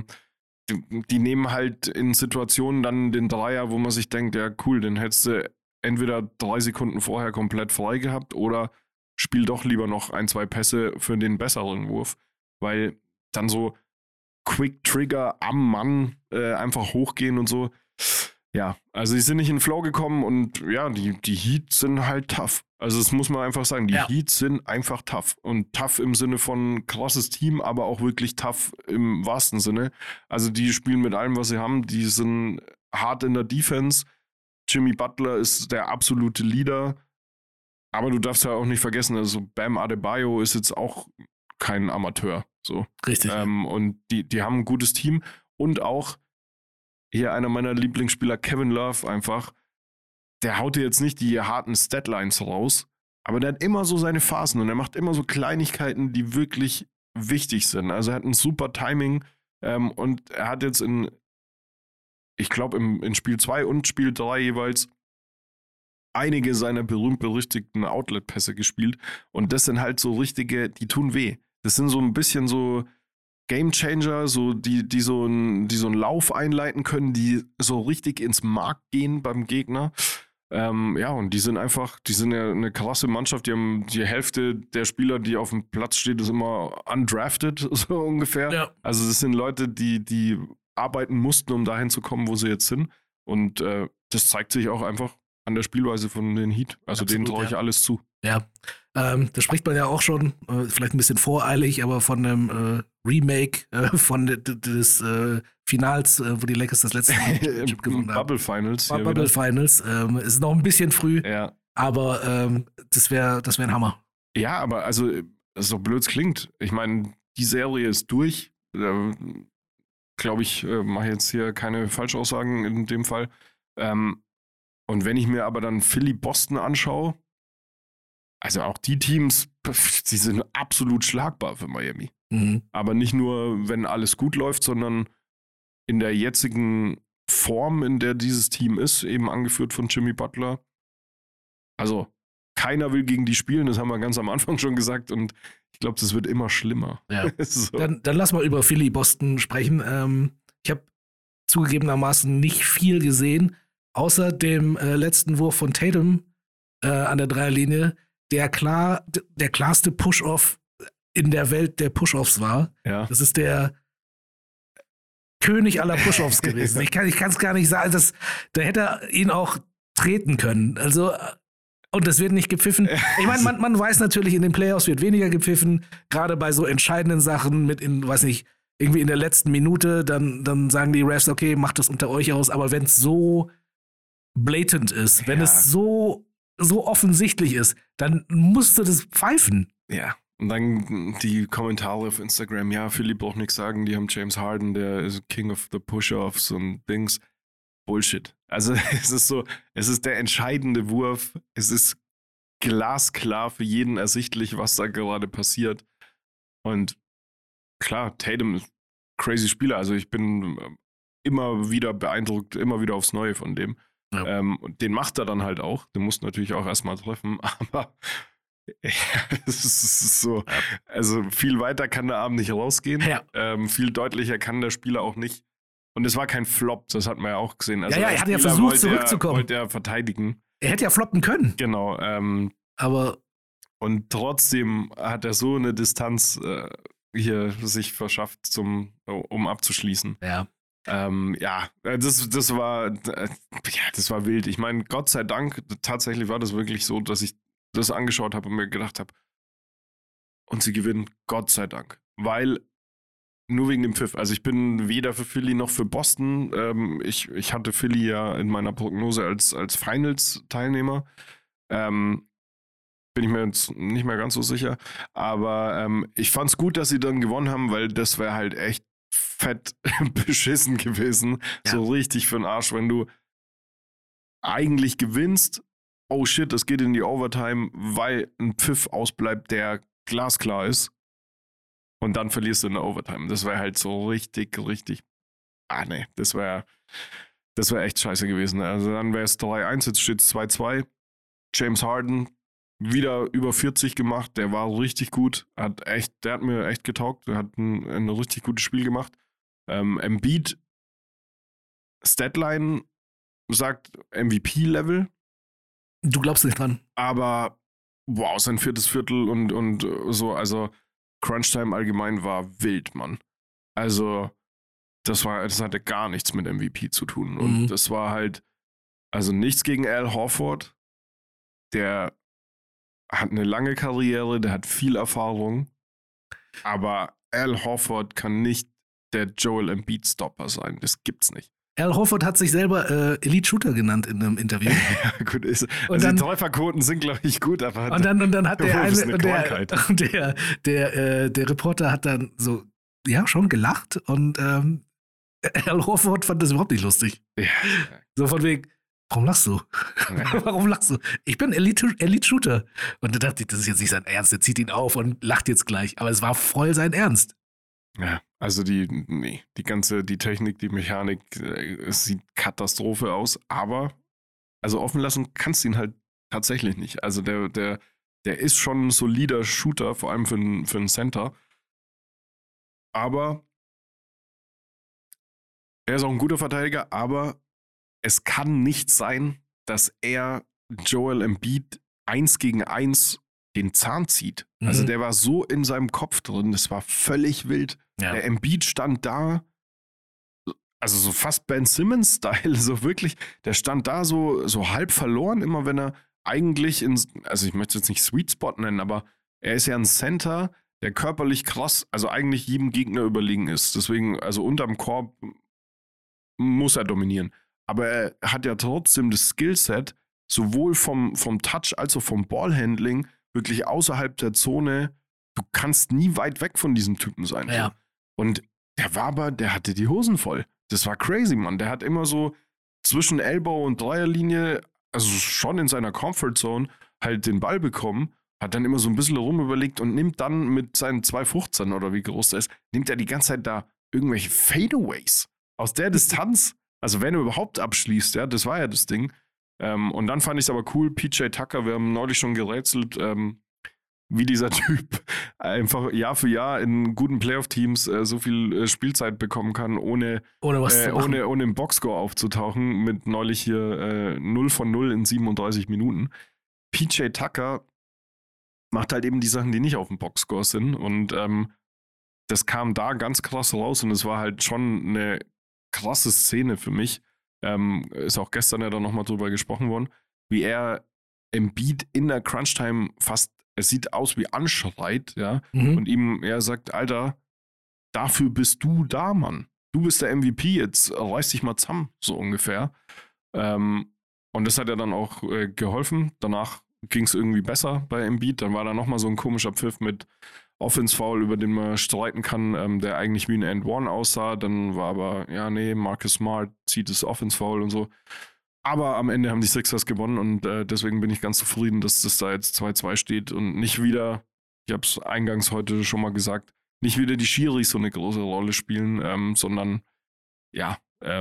Die nehmen halt in Situationen dann den Dreier, wo man sich denkt, ja cool, den hättest du entweder 3 Sekunden vorher komplett frei gehabt oder spiel doch lieber noch 1, 2 Pässe für den besseren Wurf. Weil dann so Quick Trigger am Mann einfach hochgehen und so. Ja, also die sind nicht in den Flow gekommen und ja, die Heat sind halt tough. Also das muss man einfach sagen, die Heat sind einfach tough. Und tough im Sinne von krasses Team, aber auch wirklich tough im wahrsten Sinne. Also die spielen mit allem, was sie haben. Die sind hart in der Defense. Jimmy Butler ist der absolute Leader. Aber du darfst ja auch nicht vergessen, also Bam Adebayo ist jetzt auch kein Amateur. So. Richtig. Und die haben ein gutes Team. Und auch hier einer meiner Lieblingsspieler, Kevin Love, einfach, der haut dir jetzt nicht die harten Statlines raus, aber der hat immer so seine Phasen und er macht immer so Kleinigkeiten, die wirklich wichtig sind. Also er hat ein super Timing und er hat jetzt ich glaube in Spiel 2 und Spiel 3 jeweils einige seiner berühmt-berüchtigten Outlet-Pässe gespielt und das sind halt so richtige, die tun weh. Das sind so ein bisschen so Gamechanger, so die so einen Lauf einleiten können, die so richtig ins Mark gehen beim Gegner. Und die sind ja eine krasse Mannschaft. Die haben die Hälfte der Spieler, die auf dem Platz steht, ist immer undrafted, so ungefähr. Ja. Also das sind Leute, die arbeiten mussten, um dahin zu kommen, wo sie jetzt sind. Und das zeigt sich auch einfach an der Spielweise von den Heat. Also absolut, denen traue ich alles zu. Ja, da spricht man ja auch schon, vielleicht ein bisschen voreilig, aber von einem Remake von des Finals, wo die Lakers das letzte Mal gewonnen haben. Bubble Finals. Bubble Finals. Ist noch ein bisschen früh, aber das wär ein Hammer. Ja, aber also, so blöd es klingt. Ich meine, die Serie ist durch. Glaube ich, mache jetzt hier keine Falschaussagen in dem Fall. Und wenn ich mir aber dann Philly-Boston anschaue, also auch die Teams, sie sind absolut schlagbar für Miami. Mhm. Aber nicht nur, wenn alles gut läuft, sondern in der jetzigen Form, in der dieses Team ist, eben angeführt von Jimmy Butler. Also keiner will gegen die spielen, das haben wir ganz am Anfang schon gesagt und ich glaube, das wird immer schlimmer. Ja. So. Dann lass mal über Philly-Boston sprechen. Ich habe zugegebenermaßen nicht viel gesehen, außer dem letzten Wurf von Tatum an der Dreierlinie, der klarste Push-Off in der Welt der Push-Offs war. Ja. Das ist der König aller Push-Offs gewesen. Ich kann es gar nicht sagen. Da hätte er ihn auch treten können. Also, und das wird nicht gepfiffen. Ich meine, man weiß natürlich, in den Playoffs wird weniger gepfiffen, gerade bei so entscheidenden Sachen irgendwie in der letzten Minute, dann sagen die Refs, okay, macht das unter euch aus. Aber wenn es so blatant ist, wenn es so offensichtlich ist, dann musst du das pfeifen. Ja. Und dann die Kommentare auf Instagram, ja, Philly braucht nichts sagen, die haben James Harden, der ist King of the Push-Offs und Dings. Bullshit. Also es ist der entscheidende Wurf, es ist glasklar für jeden ersichtlich, was da gerade passiert. Und klar, Tatum ist ein crazy Spieler, also ich bin immer wieder beeindruckt, immer wieder aufs Neue von dem. Ja. Und den macht er dann halt auch, den muss natürlich auch erstmal treffen, aber ja, es ist so, also viel weiter kann der Abend nicht rausgehen. Ja. Viel deutlicher kann der Spieler auch nicht Und es war kein Flop, das hat man ja auch gesehen. Also Ja, als er hat ja Spieler versucht, zurückzukommen. Wollte er verteidigen. Er hätte ja floppen können, Genau. aber Und trotzdem hat er so eine Distanz hier sich verschafft, um abzuschließen. ja. Das war wild. Ich meine, Gott sei Dank, tatsächlich war das wirklich so, dass ich das angeschaut habe und mir gedacht habe, und sie gewinnen, Gott sei Dank. Weil, nur wegen dem Pfiff. Also ich bin weder für Philly noch für Boston. Ich hatte Philly ja in meiner Prognose als Finals-Teilnehmer. Bin ich mir jetzt nicht mehr ganz so sicher. Aber ich fand es gut, dass sie dann gewonnen haben, weil das wäre halt echt fett beschissen gewesen. Ja. So richtig für den Arsch, wenn du eigentlich gewinnst. Oh shit, es geht in die Overtime, weil ein Pfiff ausbleibt, der glasklar ist. Und dann verlierst du in der Overtime. Das wäre halt so richtig. Das wäre echt scheiße gewesen. Also dann wäre es 3-1, jetzt steht es 2-2. James Harden wieder über 40 gemacht, der war richtig gut, der hat mir echt getaugt, der hat ein richtig gutes Spiel gemacht. Embiid Statline sagt MVP-Level. Du glaubst nicht dran. Aber wow, sein viertes Viertel und so, also Crunchtime allgemein war wild, Mann. Also das hatte gar nichts mit MVP zu tun. Und das war halt, also nichts gegen Al Horford, der hat eine lange Karriere, der hat viel Erfahrung, aber Al Horford kann nicht der Joel Embiid-Stopper sein. Das gibt's nicht. Al Horford hat sich selber Elite Shooter genannt in einem Interview. Ja, gut, die Trefferquoten sind, glaube ich, gut, aber und dann hat der eine der Reporter hat dann so, ja, schon gelacht und Al Horford fand das überhaupt nicht lustig. Ja. So von wegen, warum lachst du? Ja. Warum lachst du? Ich bin Elite Shooter. Und da dachte ich, das ist jetzt nicht sein Ernst, der zieht ihn auf und lacht jetzt gleich. Aber es war voll sein Ernst. Ja, also die Technik, die Mechanik, es sieht Katastrophe aus, aber also offen lassen kannst du ihn halt tatsächlich nicht. Also der ist schon ein solider Shooter, vor allem für einen Center. Aber er ist auch ein guter Verteidiger, aber es kann nicht sein, dass er Joel Embiid 1 gegen 1 den Zahn zieht. Also der war so in seinem Kopf drin, das war völlig wild. Ja. Der Embiid stand da, also so fast Ben Simmons-Style, so wirklich, der stand da so halb verloren, immer wenn er eigentlich also ich möchte jetzt nicht Sweet Spot nennen, aber er ist ja ein Center, der körperlich krass, also eigentlich jedem Gegner überlegen ist. Deswegen, also unterm Korb muss er dominieren. Aber er hat ja trotzdem das Skillset, sowohl vom Touch als auch vom Ballhandling, wirklich außerhalb der Zone. Du kannst nie weit weg von diesem Typen sein. Ja. Und der hatte die Hosen voll. Das war crazy, Mann. Der hat immer so zwischen Elbow und Dreierlinie, also schon in seiner Comfortzone, halt den Ball bekommen, hat dann immer so ein bisschen rumüberlegt und nimmt dann mit seinen 2,15 oder wie groß der ist, nimmt er die ganze Zeit da irgendwelche Fadeaways aus der Distanz. Also wenn er überhaupt abschließt, ja, das war ja das Ding. Und dann fand ich es aber cool, PJ Tucker, wir haben neulich schon gerätselt, wie dieser Typ einfach Jahr für Jahr in guten Playoff-Teams so viel Spielzeit bekommen kann, ohne im Boxscore aufzutauchen, mit neulich hier 0 von 0 in 37 Minuten. PJ Tucker macht halt eben die Sachen, die nicht auf dem Boxscore sind, und das kam da ganz krass raus, und es war halt schon eine krasse Szene für mich. Ist auch gestern ja da nochmal drüber gesprochen worden, wie er Embiid in der Crunch-Time fast, es sieht aus wie anschreit, ja, und ihm er sagt, Alter, dafür bist du da, Mann. Du bist der MVP, jetzt reiß dich mal zusammen, so ungefähr. Und das hat ja dann auch geholfen. Danach ging es irgendwie besser bei Embiid. Dann war da nochmal so ein komischer Pfiff mit Offense-Foul, über den man streiten kann, der eigentlich wie ein And-One aussah. Dann war aber, ja, nee, Marcus Smart zieht das Offense-Foul und so. Aber am Ende haben die Sixers gewonnen, und deswegen bin ich ganz zufrieden, dass das da jetzt 2-2 steht und nicht wieder, ich habe es eingangs heute schon mal gesagt, nicht wieder die Schiris so eine große Rolle spielen, sondern ja,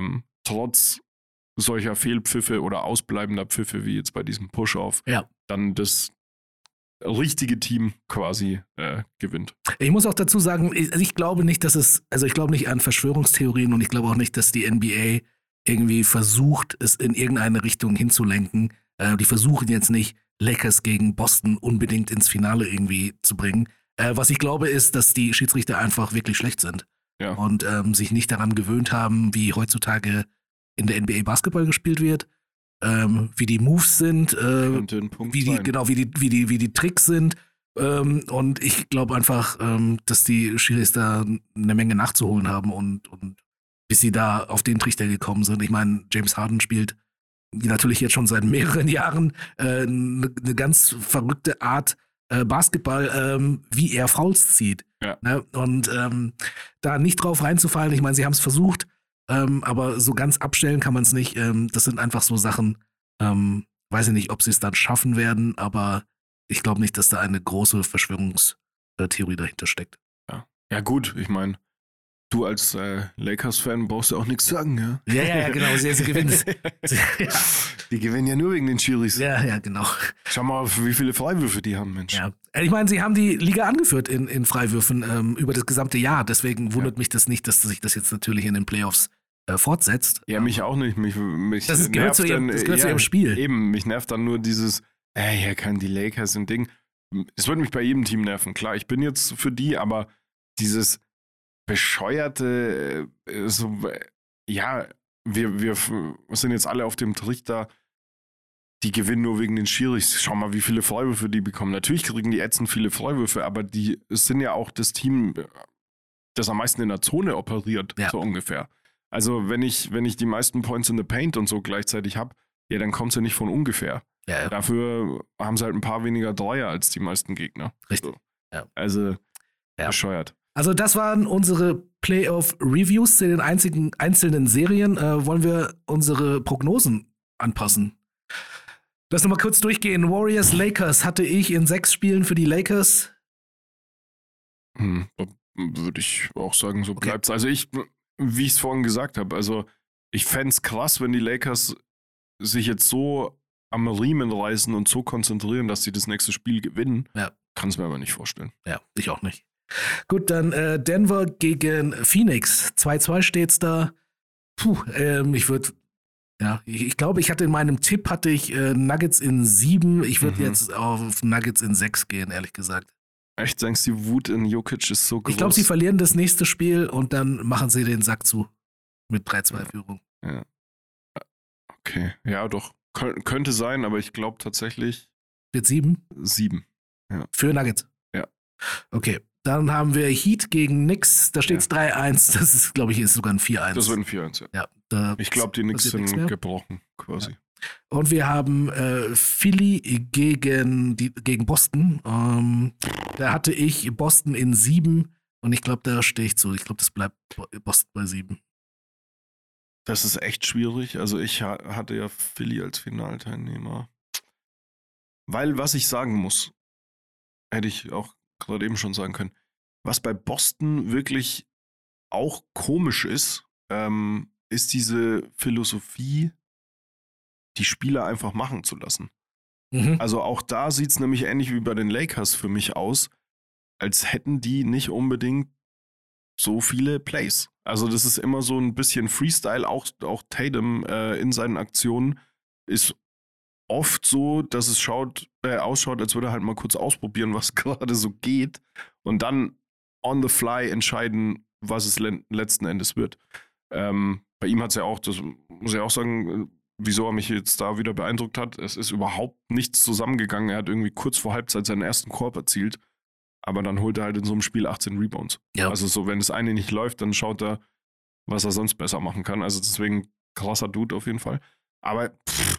trotz solcher Fehlpfiffe oder ausbleibender Pfiffe wie jetzt bei diesem Push-Off, ja, dann das richtige Team quasi gewinnt. Ich muss auch dazu sagen, ich glaube nicht, ich glaube nicht an Verschwörungstheorien und ich glaube auch nicht, dass die NBA irgendwie versucht, es in irgendeine Richtung hinzulenken. Die versuchen jetzt nicht, Lakers gegen Boston unbedingt ins Finale irgendwie zu bringen. Was ich glaube, ist, dass die Schiedsrichter einfach wirklich schlecht sind. Ja. Und sich nicht daran gewöhnt haben, wie heutzutage in der NBA Basketball gespielt wird, wie die Moves sind, Könnte ein Punkt sein. wie die Tricks sind. Und ich glaube einfach, dass die Schiris da eine Menge nachzuholen haben und bis sie da auf den Trichter gekommen sind. Ich meine, James Harden spielt natürlich jetzt schon seit mehreren Jahren eine ganz verrückte Art Basketball, wie er Fouls zieht. Ja. Ne? Und da nicht drauf reinzufallen, ich meine, sie haben es versucht, aber so ganz abstellen kann man es nicht. Das sind einfach so Sachen, weiß ich nicht, ob sie es dann schaffen werden, aber ich glaube nicht, dass da eine große Verschwörungstheorie dahinter steckt. Ja gut, ich meine, du als Lakers-Fan brauchst ja auch nichts sagen, ja? Ja, genau, sie gewinnen. Die gewinnen ja nur wegen den Schiris. Ja, genau. Schau mal, wie viele Freiwürfe die haben, Mensch. Ja. Ich meine, sie haben die Liga angeführt in Freiwürfen über das gesamte Jahr. Deswegen wundert mich das nicht, dass sich das jetzt natürlich in den Playoffs fortsetzt. Ja, mich auch nicht. Mich das gehört zu ihrem Spiel. Eben, mich nervt dann nur dieses, hier kann die Lakers ein Ding. Es würde mich bei jedem Team nerven. Klar, ich bin jetzt für die, aber dieses bescheuerte, wir sind jetzt alle auf dem Trichter, die gewinnen nur wegen den Schiris. Schau mal, wie viele Freiwürfe die bekommen. Natürlich kriegen die ätzend viele Freiwürfe, aber die sind ja auch das Team, das am meisten in der Zone operiert, so ungefähr. Also wenn ich die meisten Points in the Paint und so gleichzeitig habe, ja, dann kommt es ja nicht von ungefähr. Ja. Dafür haben sie halt ein paar weniger Dreier als die meisten Gegner. Richtig. So. Ja. Also bescheuert. Also das waren unsere Playoff-Reviews zu den einzelnen Serien. Wollen wir unsere Prognosen anpassen? Lass nochmal kurz durchgehen. Warriors, Lakers hatte ich in 6 Spielen für die Lakers. Würde ich auch sagen, so bleibt's. Also wie ich es vorhin gesagt habe, also ich fände es krass, wenn die Lakers sich jetzt so am Riemen reißen und so konzentrieren, dass sie das nächste Spiel gewinnen. Ja. Kann es mir aber nicht vorstellen. Ja, ich auch nicht. Gut, dann Denver gegen Phoenix. 2-2 steht's da. Ich glaube, ich hatte in meinem Tipp Nuggets in 7. Ich würde jetzt auf Nuggets in 6 gehen, ehrlich gesagt. Echt? Denkst du, die Wut in Jokic ist so groß? Ich glaube, sie verlieren das nächste Spiel und dann machen sie den Sack zu. Mit 3-2-Führung. Ja. Okay. Ja, doch. Könnte sein, aber ich glaube tatsächlich. Wird 7? 7. Ja. Für Nuggets? Ja. Okay. Dann haben wir Heat gegen Knicks. Da steht es 3-1. Das ist, glaube ich, ist sogar ein 4-1. Das wird ein 4-1, ja. Ich glaube, die Knicks sind gebrochen, quasi. Ja. Und wir haben Philly gegen Boston. Da hatte ich Boston in 7 und ich glaube, da stehe ich zu. Ich glaube, das bleibt Boston bei 7. Das ist echt schwierig. Also ich hatte ja Philly als Finalteilnehmer. Weil, was ich sagen muss, hätte ich auch gerade eben schon sagen können, was bei Boston wirklich auch komisch ist, ist diese Philosophie, die Spieler einfach machen zu lassen. Also auch da sieht es nämlich ähnlich wie bei den Lakers für mich aus, als hätten die nicht unbedingt so viele Plays. Also das ist immer so ein bisschen Freestyle, auch Tatum in seinen Aktionen ist oft so, dass es ausschaut, als würde er halt mal kurz ausprobieren, was gerade so geht und dann on the fly entscheiden, was es letzten Endes wird. Bei ihm hat es ja auch, das muss ich auch sagen, wieso er mich jetzt da wieder beeindruckt hat, es ist überhaupt nichts zusammengegangen. Er hat irgendwie kurz vor Halbzeit seinen ersten Korb erzielt, aber dann holt er halt in so einem Spiel 18 Rebounds. Ja. Also so, wenn das eine nicht läuft, dann schaut er, was er sonst besser machen kann. Also deswegen krasser Dude auf jeden Fall. Aber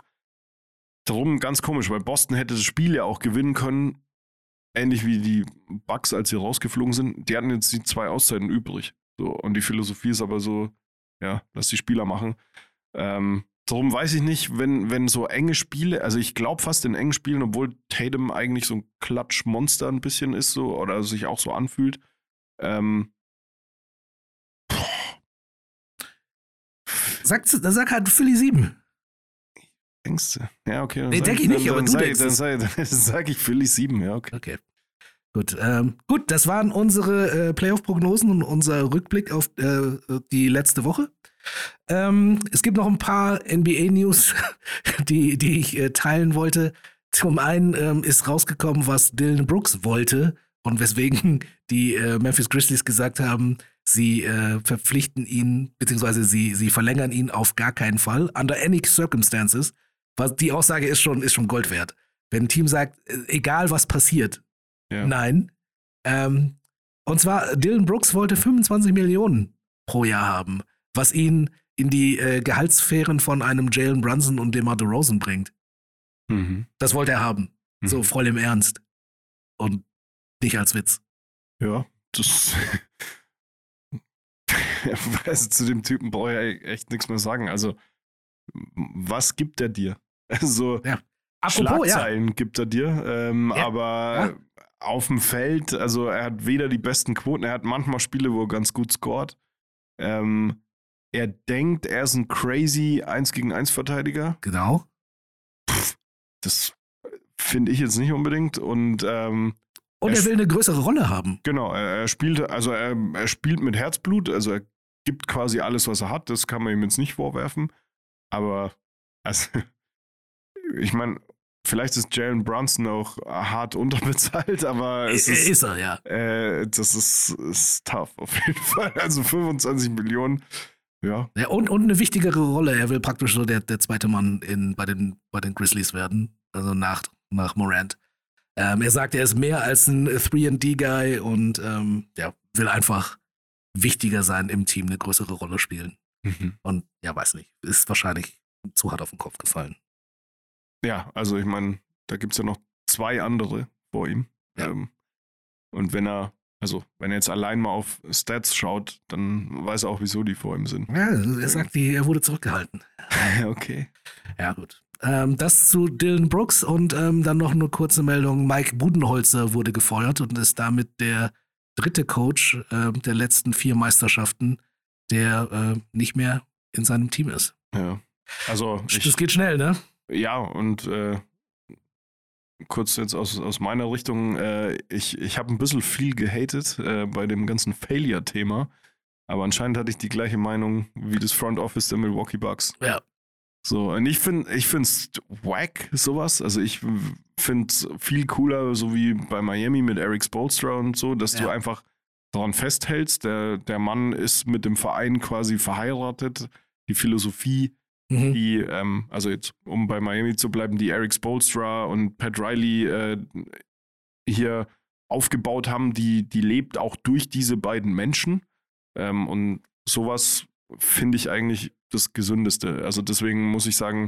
darum ganz komisch, weil Boston hätte das Spiel ja auch gewinnen können, ähnlich wie die Bucks, als sie rausgeflogen sind. Die hatten jetzt die 2 Auszeiten übrig. So, und die Philosophie ist aber so, ja, lass die Spieler machen. Darum weiß ich nicht, wenn so enge Spiele, also ich glaube fast in engen Spielen, obwohl Tatum eigentlich so ein Klatschmonster ein bisschen ist, so, oder sich auch so anfühlt. Sag halt Philly 7. Denkst du? Ja, okay. Nee, denke ich nicht, aber du denkst es. Dann sag ich Philly 7, ja, okay. Okay. Gut, das waren unsere Playoff-Prognosen und unser Rückblick auf die letzte Woche. Es gibt noch ein paar NBA-News, die ich teilen wollte. Zum einen ist rausgekommen, was Dylan Brooks wollte und weswegen die Memphis Grizzlies gesagt haben, sie verpflichten ihn, beziehungsweise sie verlängern ihn auf gar keinen Fall, under any circumstances. Die Aussage ist schon Gold wert. Wenn ein Team sagt, egal was passiert, Ja. nein. Und zwar, Dylan Brooks wollte 25 Millionen pro Jahr haben, was ihn in die Gehaltssphären von einem Jalen Brunson und DeMar DeRozan bringt. Mhm. Das wollte er haben. Mhm. So voll im Ernst. Und nicht als Witz. Ja, das. Also, zu dem Typen brauche ich echt nichts mehr sagen. Also, was gibt er dir? Also, Ja. Apropos, Schlagzeilen gibt er dir, Ja. aber auf dem Feld, also er hat weder die besten Quoten, er hat manchmal Spiele, wo er ganz gut scored. Er denkt, er ist ein crazy 1-gegen-1 Verteidiger. Genau. Das finde ich jetzt nicht unbedingt. Und Und er will eine größere Rolle haben. genau, er spielt mit Herzblut, also er gibt quasi alles, was er hat. Das kann man ihm jetzt nicht vorwerfen. Aber also, ich meine, vielleicht ist Jalen Brunson auch hart unterbezahlt, aber es Ist er, ja. das ist tough auf jeden Fall. Also 25 Millionen, ja. Ja, und eine wichtigere Rolle. Er will praktisch so der zweite Mann bei den Grizzlies werden. Also nach Morant. Er sagt, er ist mehr als ein 3&D-Guy und will einfach wichtiger sein im Team, eine größere Rolle spielen. Mhm. Und ja, weiß nicht, ist wahrscheinlich zu hart auf den Kopf gefallen. Ja, also ich meine, da gibt es ja noch 2 andere vor ihm. Ja. Und wenn er jetzt allein mal auf Stats schaut, dann weiß er auch, wieso die vor ihm sind. Ja, er sagt, er wurde zurückgehalten. Okay. Ja, gut. Das zu Dylan Brooks und dann noch eine kurze Meldung. Mike Budenholzer wurde gefeuert und ist damit der 3. Coach der letzten 4 Meisterschaften, der nicht mehr in seinem Team ist. Ja. Also Das geht schnell, ne? ja, und kurz jetzt aus meiner Richtung, ich habe ein bisschen viel gehatet bei dem ganzen Failure-Thema, aber anscheinend hatte ich die gleiche Meinung wie das Front Office der Milwaukee Bucks. Ja. So, und ich finde es wack, sowas. Also ich finde es viel cooler, so wie bei Miami mit Eric Spoelstra und so, dass du einfach daran festhältst. Der Mann ist mit dem Verein quasi verheiratet. Die Philosophie, die, also jetzt, um bei Miami zu bleiben, die Eric Spoelstra und Pat Riley hier aufgebaut haben, die lebt auch durch diese beiden Menschen. Und sowas finde ich eigentlich das Gesündeste. Also deswegen muss ich sagen,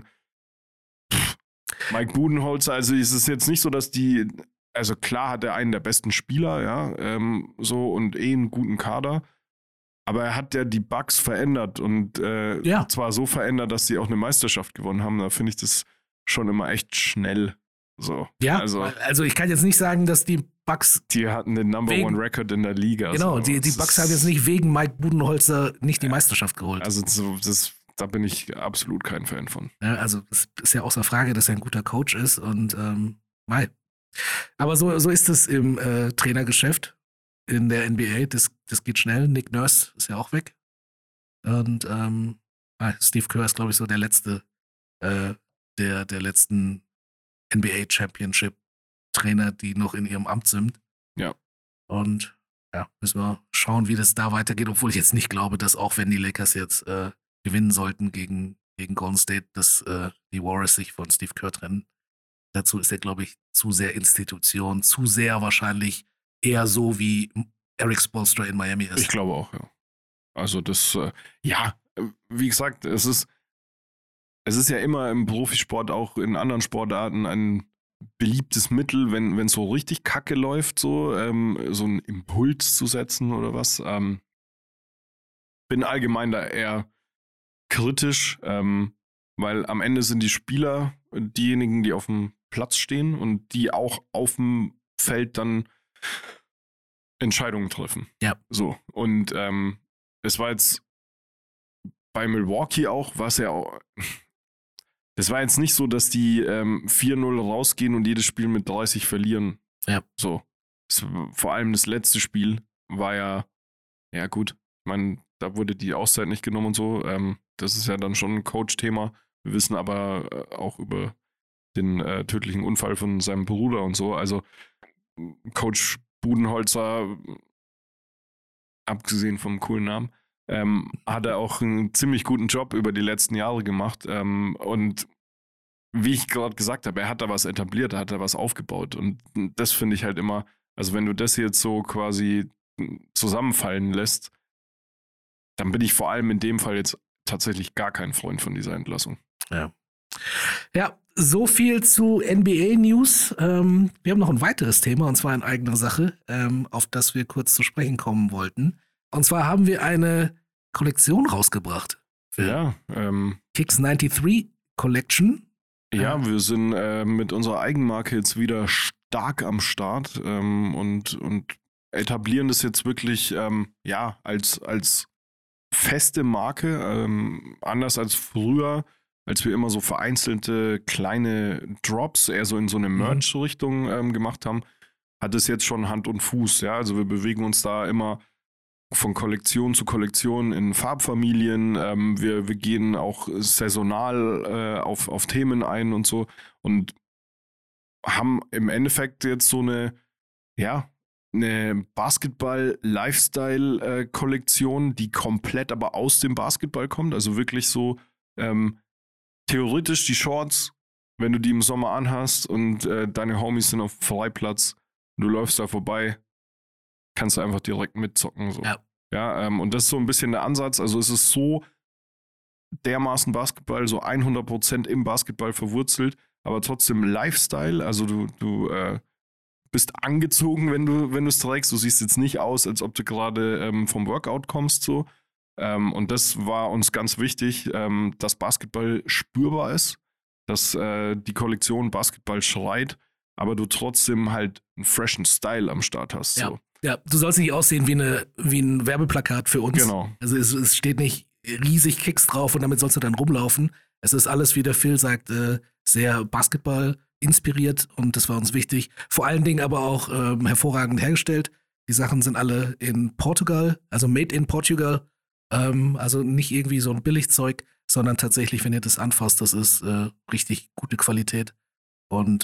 Mike Budenholzer, also es ist jetzt nicht so, dass also klar hat er einen der besten Spieler, ja, so und einen guten Kader, aber er hat ja die Bucks verändert und zwar so verändert, dass sie auch eine Meisterschaft gewonnen haben. Da finde ich das schon immer echt schnell. So. Ja, also ich kann jetzt nicht sagen, dass die Bucks. Die hatten den Number One Record in der Liga. Genau, so. die Bucks haben jetzt nicht wegen Mike Budenholzer nicht die Meisterschaft geholt. Also da bin ich absolut kein Fan von. Ja, also es ist ja außer Frage, dass er ein guter Coach ist und aber so ist es im Trainergeschäft in der NBA. Das geht schnell. Nick Nurse ist ja auch weg. Und Steve Kerr ist, glaube ich, so der letzte der letzten NBA Championship Trainer, die noch in ihrem Amt sind. Ja. Und ja, müssen wir schauen, wie das da weitergeht, obwohl ich jetzt nicht glaube, dass auch wenn die Lakers jetzt gewinnen sollten gegen Golden State, dass die Warriors sich von Steve Kerr trennen. Dazu ist er, glaube ich, zu sehr Institution, zu sehr wahrscheinlich eher so wie Eric Spoelstra in Miami ist. Ich glaube auch, ja. Also das, wie gesagt, es ist ja immer im Profisport, auch in anderen Sportarten, ein beliebtes Mittel, wenn es so richtig kacke läuft, so einen Impuls zu setzen oder was. Bin allgemein da eher kritisch, weil am Ende sind die Spieler diejenigen, die auf dem Platz stehen und die auch auf dem Feld dann Entscheidungen treffen. Ja. So. Und es war jetzt bei Milwaukee auch, was ja auch, das war jetzt nicht so, dass die 4-0 rausgehen und jedes Spiel mit 30 verlieren. Ja. So. Vor allem das letzte Spiel war ja gut. Ich meine, da wurde die Auszeit nicht genommen und so. Das ist ja dann schon ein Coach-Thema. Wir wissen aber auch über den tödlichen Unfall von seinem Bruder und so. Also Coach Budenholzer, abgesehen vom coolen Namen, hat er auch einen ziemlich guten Job über die letzten Jahre gemacht. Und wie ich gerade gesagt habe, er hat da was etabliert, er hat da was aufgebaut. Und das finde ich halt immer, also wenn du das jetzt so quasi zusammenfallen lässt, dann bin ich vor allem in dem Fall jetzt tatsächlich gar kein Freund von dieser Entlassung. Ja, so viel zu NBA-News. Wir haben noch ein weiteres Thema, und zwar in eigener Sache, auf das wir kurz zu sprechen kommen wollten. Und zwar haben wir eine Kollektion rausgebracht. Ja. Kicks 93 Collection. Ja, wir sind mit unserer Eigenmarke jetzt wieder stark am Start und etablieren das jetzt wirklich als feste Marke, anders als früher, als wir immer so vereinzelte kleine Drops eher so in so eine Merch-Richtung gemacht haben, hat es jetzt schon Hand und Fuß. Ja? Also wir bewegen uns da immer von Kollektion zu Kollektion in Farbfamilien. Wir gehen auch saisonal auf Themen ein und so und haben im Endeffekt jetzt so eine Basketball-Lifestyle-Kollektion, die komplett aber aus dem Basketball kommt. Also wirklich so theoretisch die Shorts, wenn du die im Sommer anhast und deine Homies sind auf Freiplatz und du läufst da vorbei, kannst du einfach direkt mitzocken. So. Ja, und das ist so ein bisschen der Ansatz. Also es ist so dermaßen Basketball, so 100% im Basketball verwurzelt, aber trotzdem Lifestyle. Also du bist angezogen, wenn du es trägst. Du siehst jetzt nicht aus, als ob du gerade vom Workout kommst. So. Und das war uns ganz wichtig, dass Basketball spürbar ist, dass die Kollektion Basketball schreit, aber du trotzdem halt einen freshen Style am Start hast. So. Ja, du sollst nicht aussehen wie ein Werbeplakat für uns. Genau. Also es steht nicht riesig Kicks drauf und damit sollst du dann rumlaufen. Es ist alles, wie der Phil sagt, sehr Basketball inspiriert und das war uns wichtig. Vor allen Dingen aber auch hervorragend hergestellt. Die Sachen sind alle in Portugal, also made in Portugal. Also nicht irgendwie so ein Billigzeug, sondern tatsächlich, wenn ihr das anfasst, das ist richtig gute Qualität. Und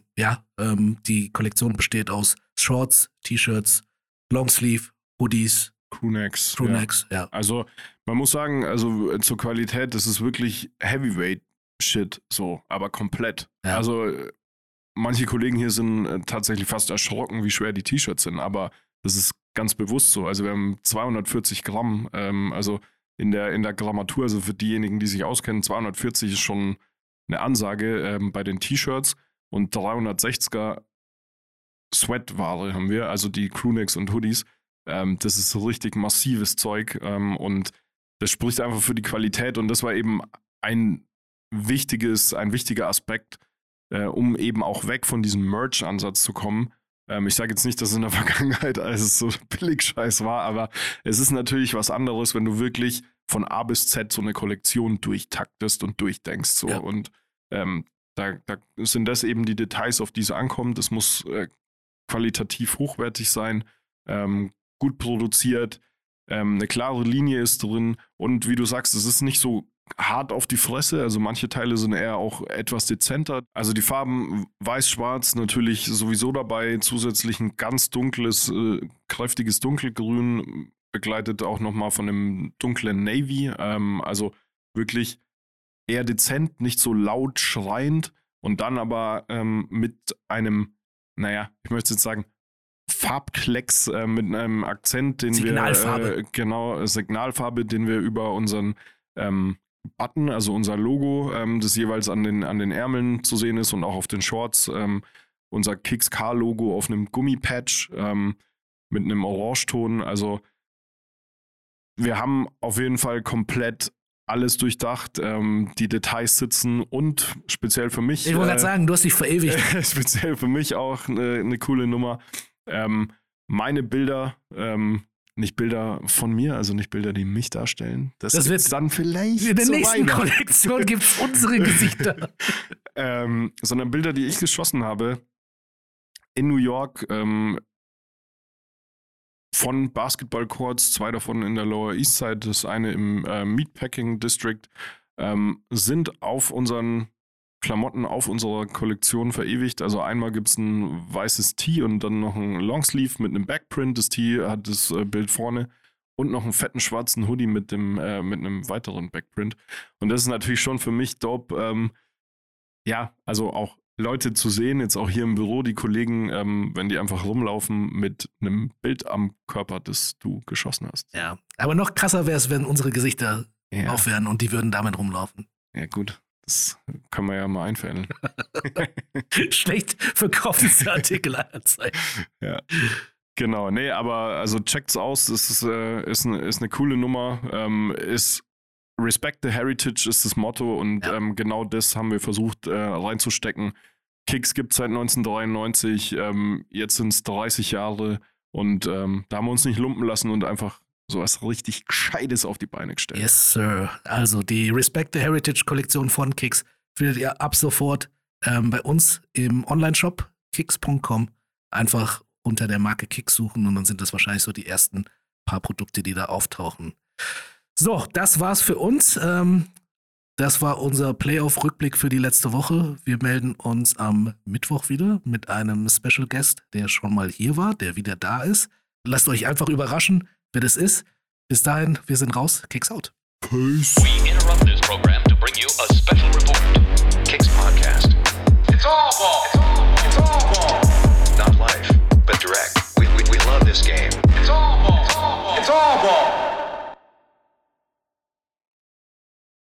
die Kollektion besteht aus Shorts, T-Shirts, Longsleeve, Hoodies, Crewnecks. Ja. Also man muss sagen, also zur Qualität, das ist wirklich Heavyweight-Shit, so, aber komplett. Ja. Also manche Kollegen hier sind tatsächlich fast erschrocken, wie schwer die T-Shirts sind, aber das ist ganz bewusst so. Also wir haben 240 Gramm, also in der Grammatur, also für diejenigen, die sich auskennen, 240 ist schon eine Ansage bei den T-Shirts und 360er Sweatware haben wir, also die Crewnecks und Hoodies. Das ist so richtig massives Zeug und das spricht einfach für die Qualität und das war eben ein wichtiger Aspekt, um eben auch weg von diesem Merch-Ansatz zu kommen. Ich sage jetzt nicht, dass es in der Vergangenheit alles so Billig-Scheiß war, aber es ist natürlich was anderes, wenn du wirklich von A bis Z so eine Kollektion durchtaktest und durchdenkst. So. Ja. Und da sind das eben die Details, auf die es ankommt. Es muss qualitativ hochwertig sein, gut produziert, eine klare Linie ist drin und wie du sagst, es ist nicht so hart auf die Fresse, also manche Teile sind eher auch etwas dezenter. Also die Farben weiß-schwarz natürlich sowieso dabei, zusätzlich ein ganz dunkles, kräftiges Dunkelgrün, begleitet auch nochmal von einem dunklen Navy, also wirklich eher dezent, nicht so laut schreiend und dann aber mit einem, ich möchte jetzt sagen, Farbklecks mit einem Akzent, den Signalfarbe, den wir über unseren Button, also unser Logo, das jeweils an den Ärmeln zu sehen ist und auch auf den Shorts, unser Kicks Car-Logo auf einem Gummipatch mit einem Orangeton. Also wir haben auf jeden Fall komplett alles durchdacht, die Details sitzen und speziell für mich. Ich wollte gerade sagen, du hast dich verewigt. Speziell für mich auch eine coole Nummer. Meine Bilder nicht Bilder von mir, also nicht Bilder, die mich darstellen. Das wird gibt's dann vielleicht in der zu nächsten Weihnachten. Kollektion gibt es unsere Gesichter. Sondern Bilder, die ich geschossen habe in New York von Basketballcourts, 2 davon in der Lower East Side, das eine im Meatpacking District, sind auf unseren Klamotten, auf unserer Kollektion verewigt. Also einmal gibt es ein weißes Tee und dann noch ein Longsleeve mit einem Backprint. Das Tee hat das Bild vorne und noch einen fetten schwarzen Hoodie mit einem weiteren Backprint. Und das ist natürlich schon für mich dope, also auch Leute zu sehen, jetzt auch hier im Büro, die Kollegen, wenn die einfach rumlaufen mit einem Bild am Körper, das du geschossen hast. Ja, aber noch krasser wäre es, wenn unsere Gesichter auf wären und die würden damit rumlaufen. Ja, gut. Das können wir ja mal einfädeln. Schlecht verkaufte Artikel anzeigen. Ja. Genau, nee, aber also checkt's aus, es ist eine coole Nummer, ist Respect the Heritage ist das Motto und genau das haben wir versucht reinzustecken. Kicks gibt's seit 1993, jetzt sind es 30 Jahre und da haben wir uns nicht lumpen lassen und einfach sowas richtig Gescheites auf die Beine gestellt. Yes, Sir. Also die Respect the Heritage Kollektion von Kicks findet ihr ab sofort bei uns im Online-Shop kicks.com. Einfach unter der Marke Kicks suchen und dann sind das wahrscheinlich so die ersten paar Produkte, die da auftauchen. So, das war's für uns. Das war unser Playoff-Rückblick für die letzte Woche. Wir melden uns am Mittwoch wieder mit einem Special Guest, der schon mal hier war, der wieder da ist. Lasst euch einfach überraschen, wer das ist. Bis dahin, wir sind raus. Kicks out. Peace. We interrupt this program to bring you a special report. Kicks Podcast. It's all ball.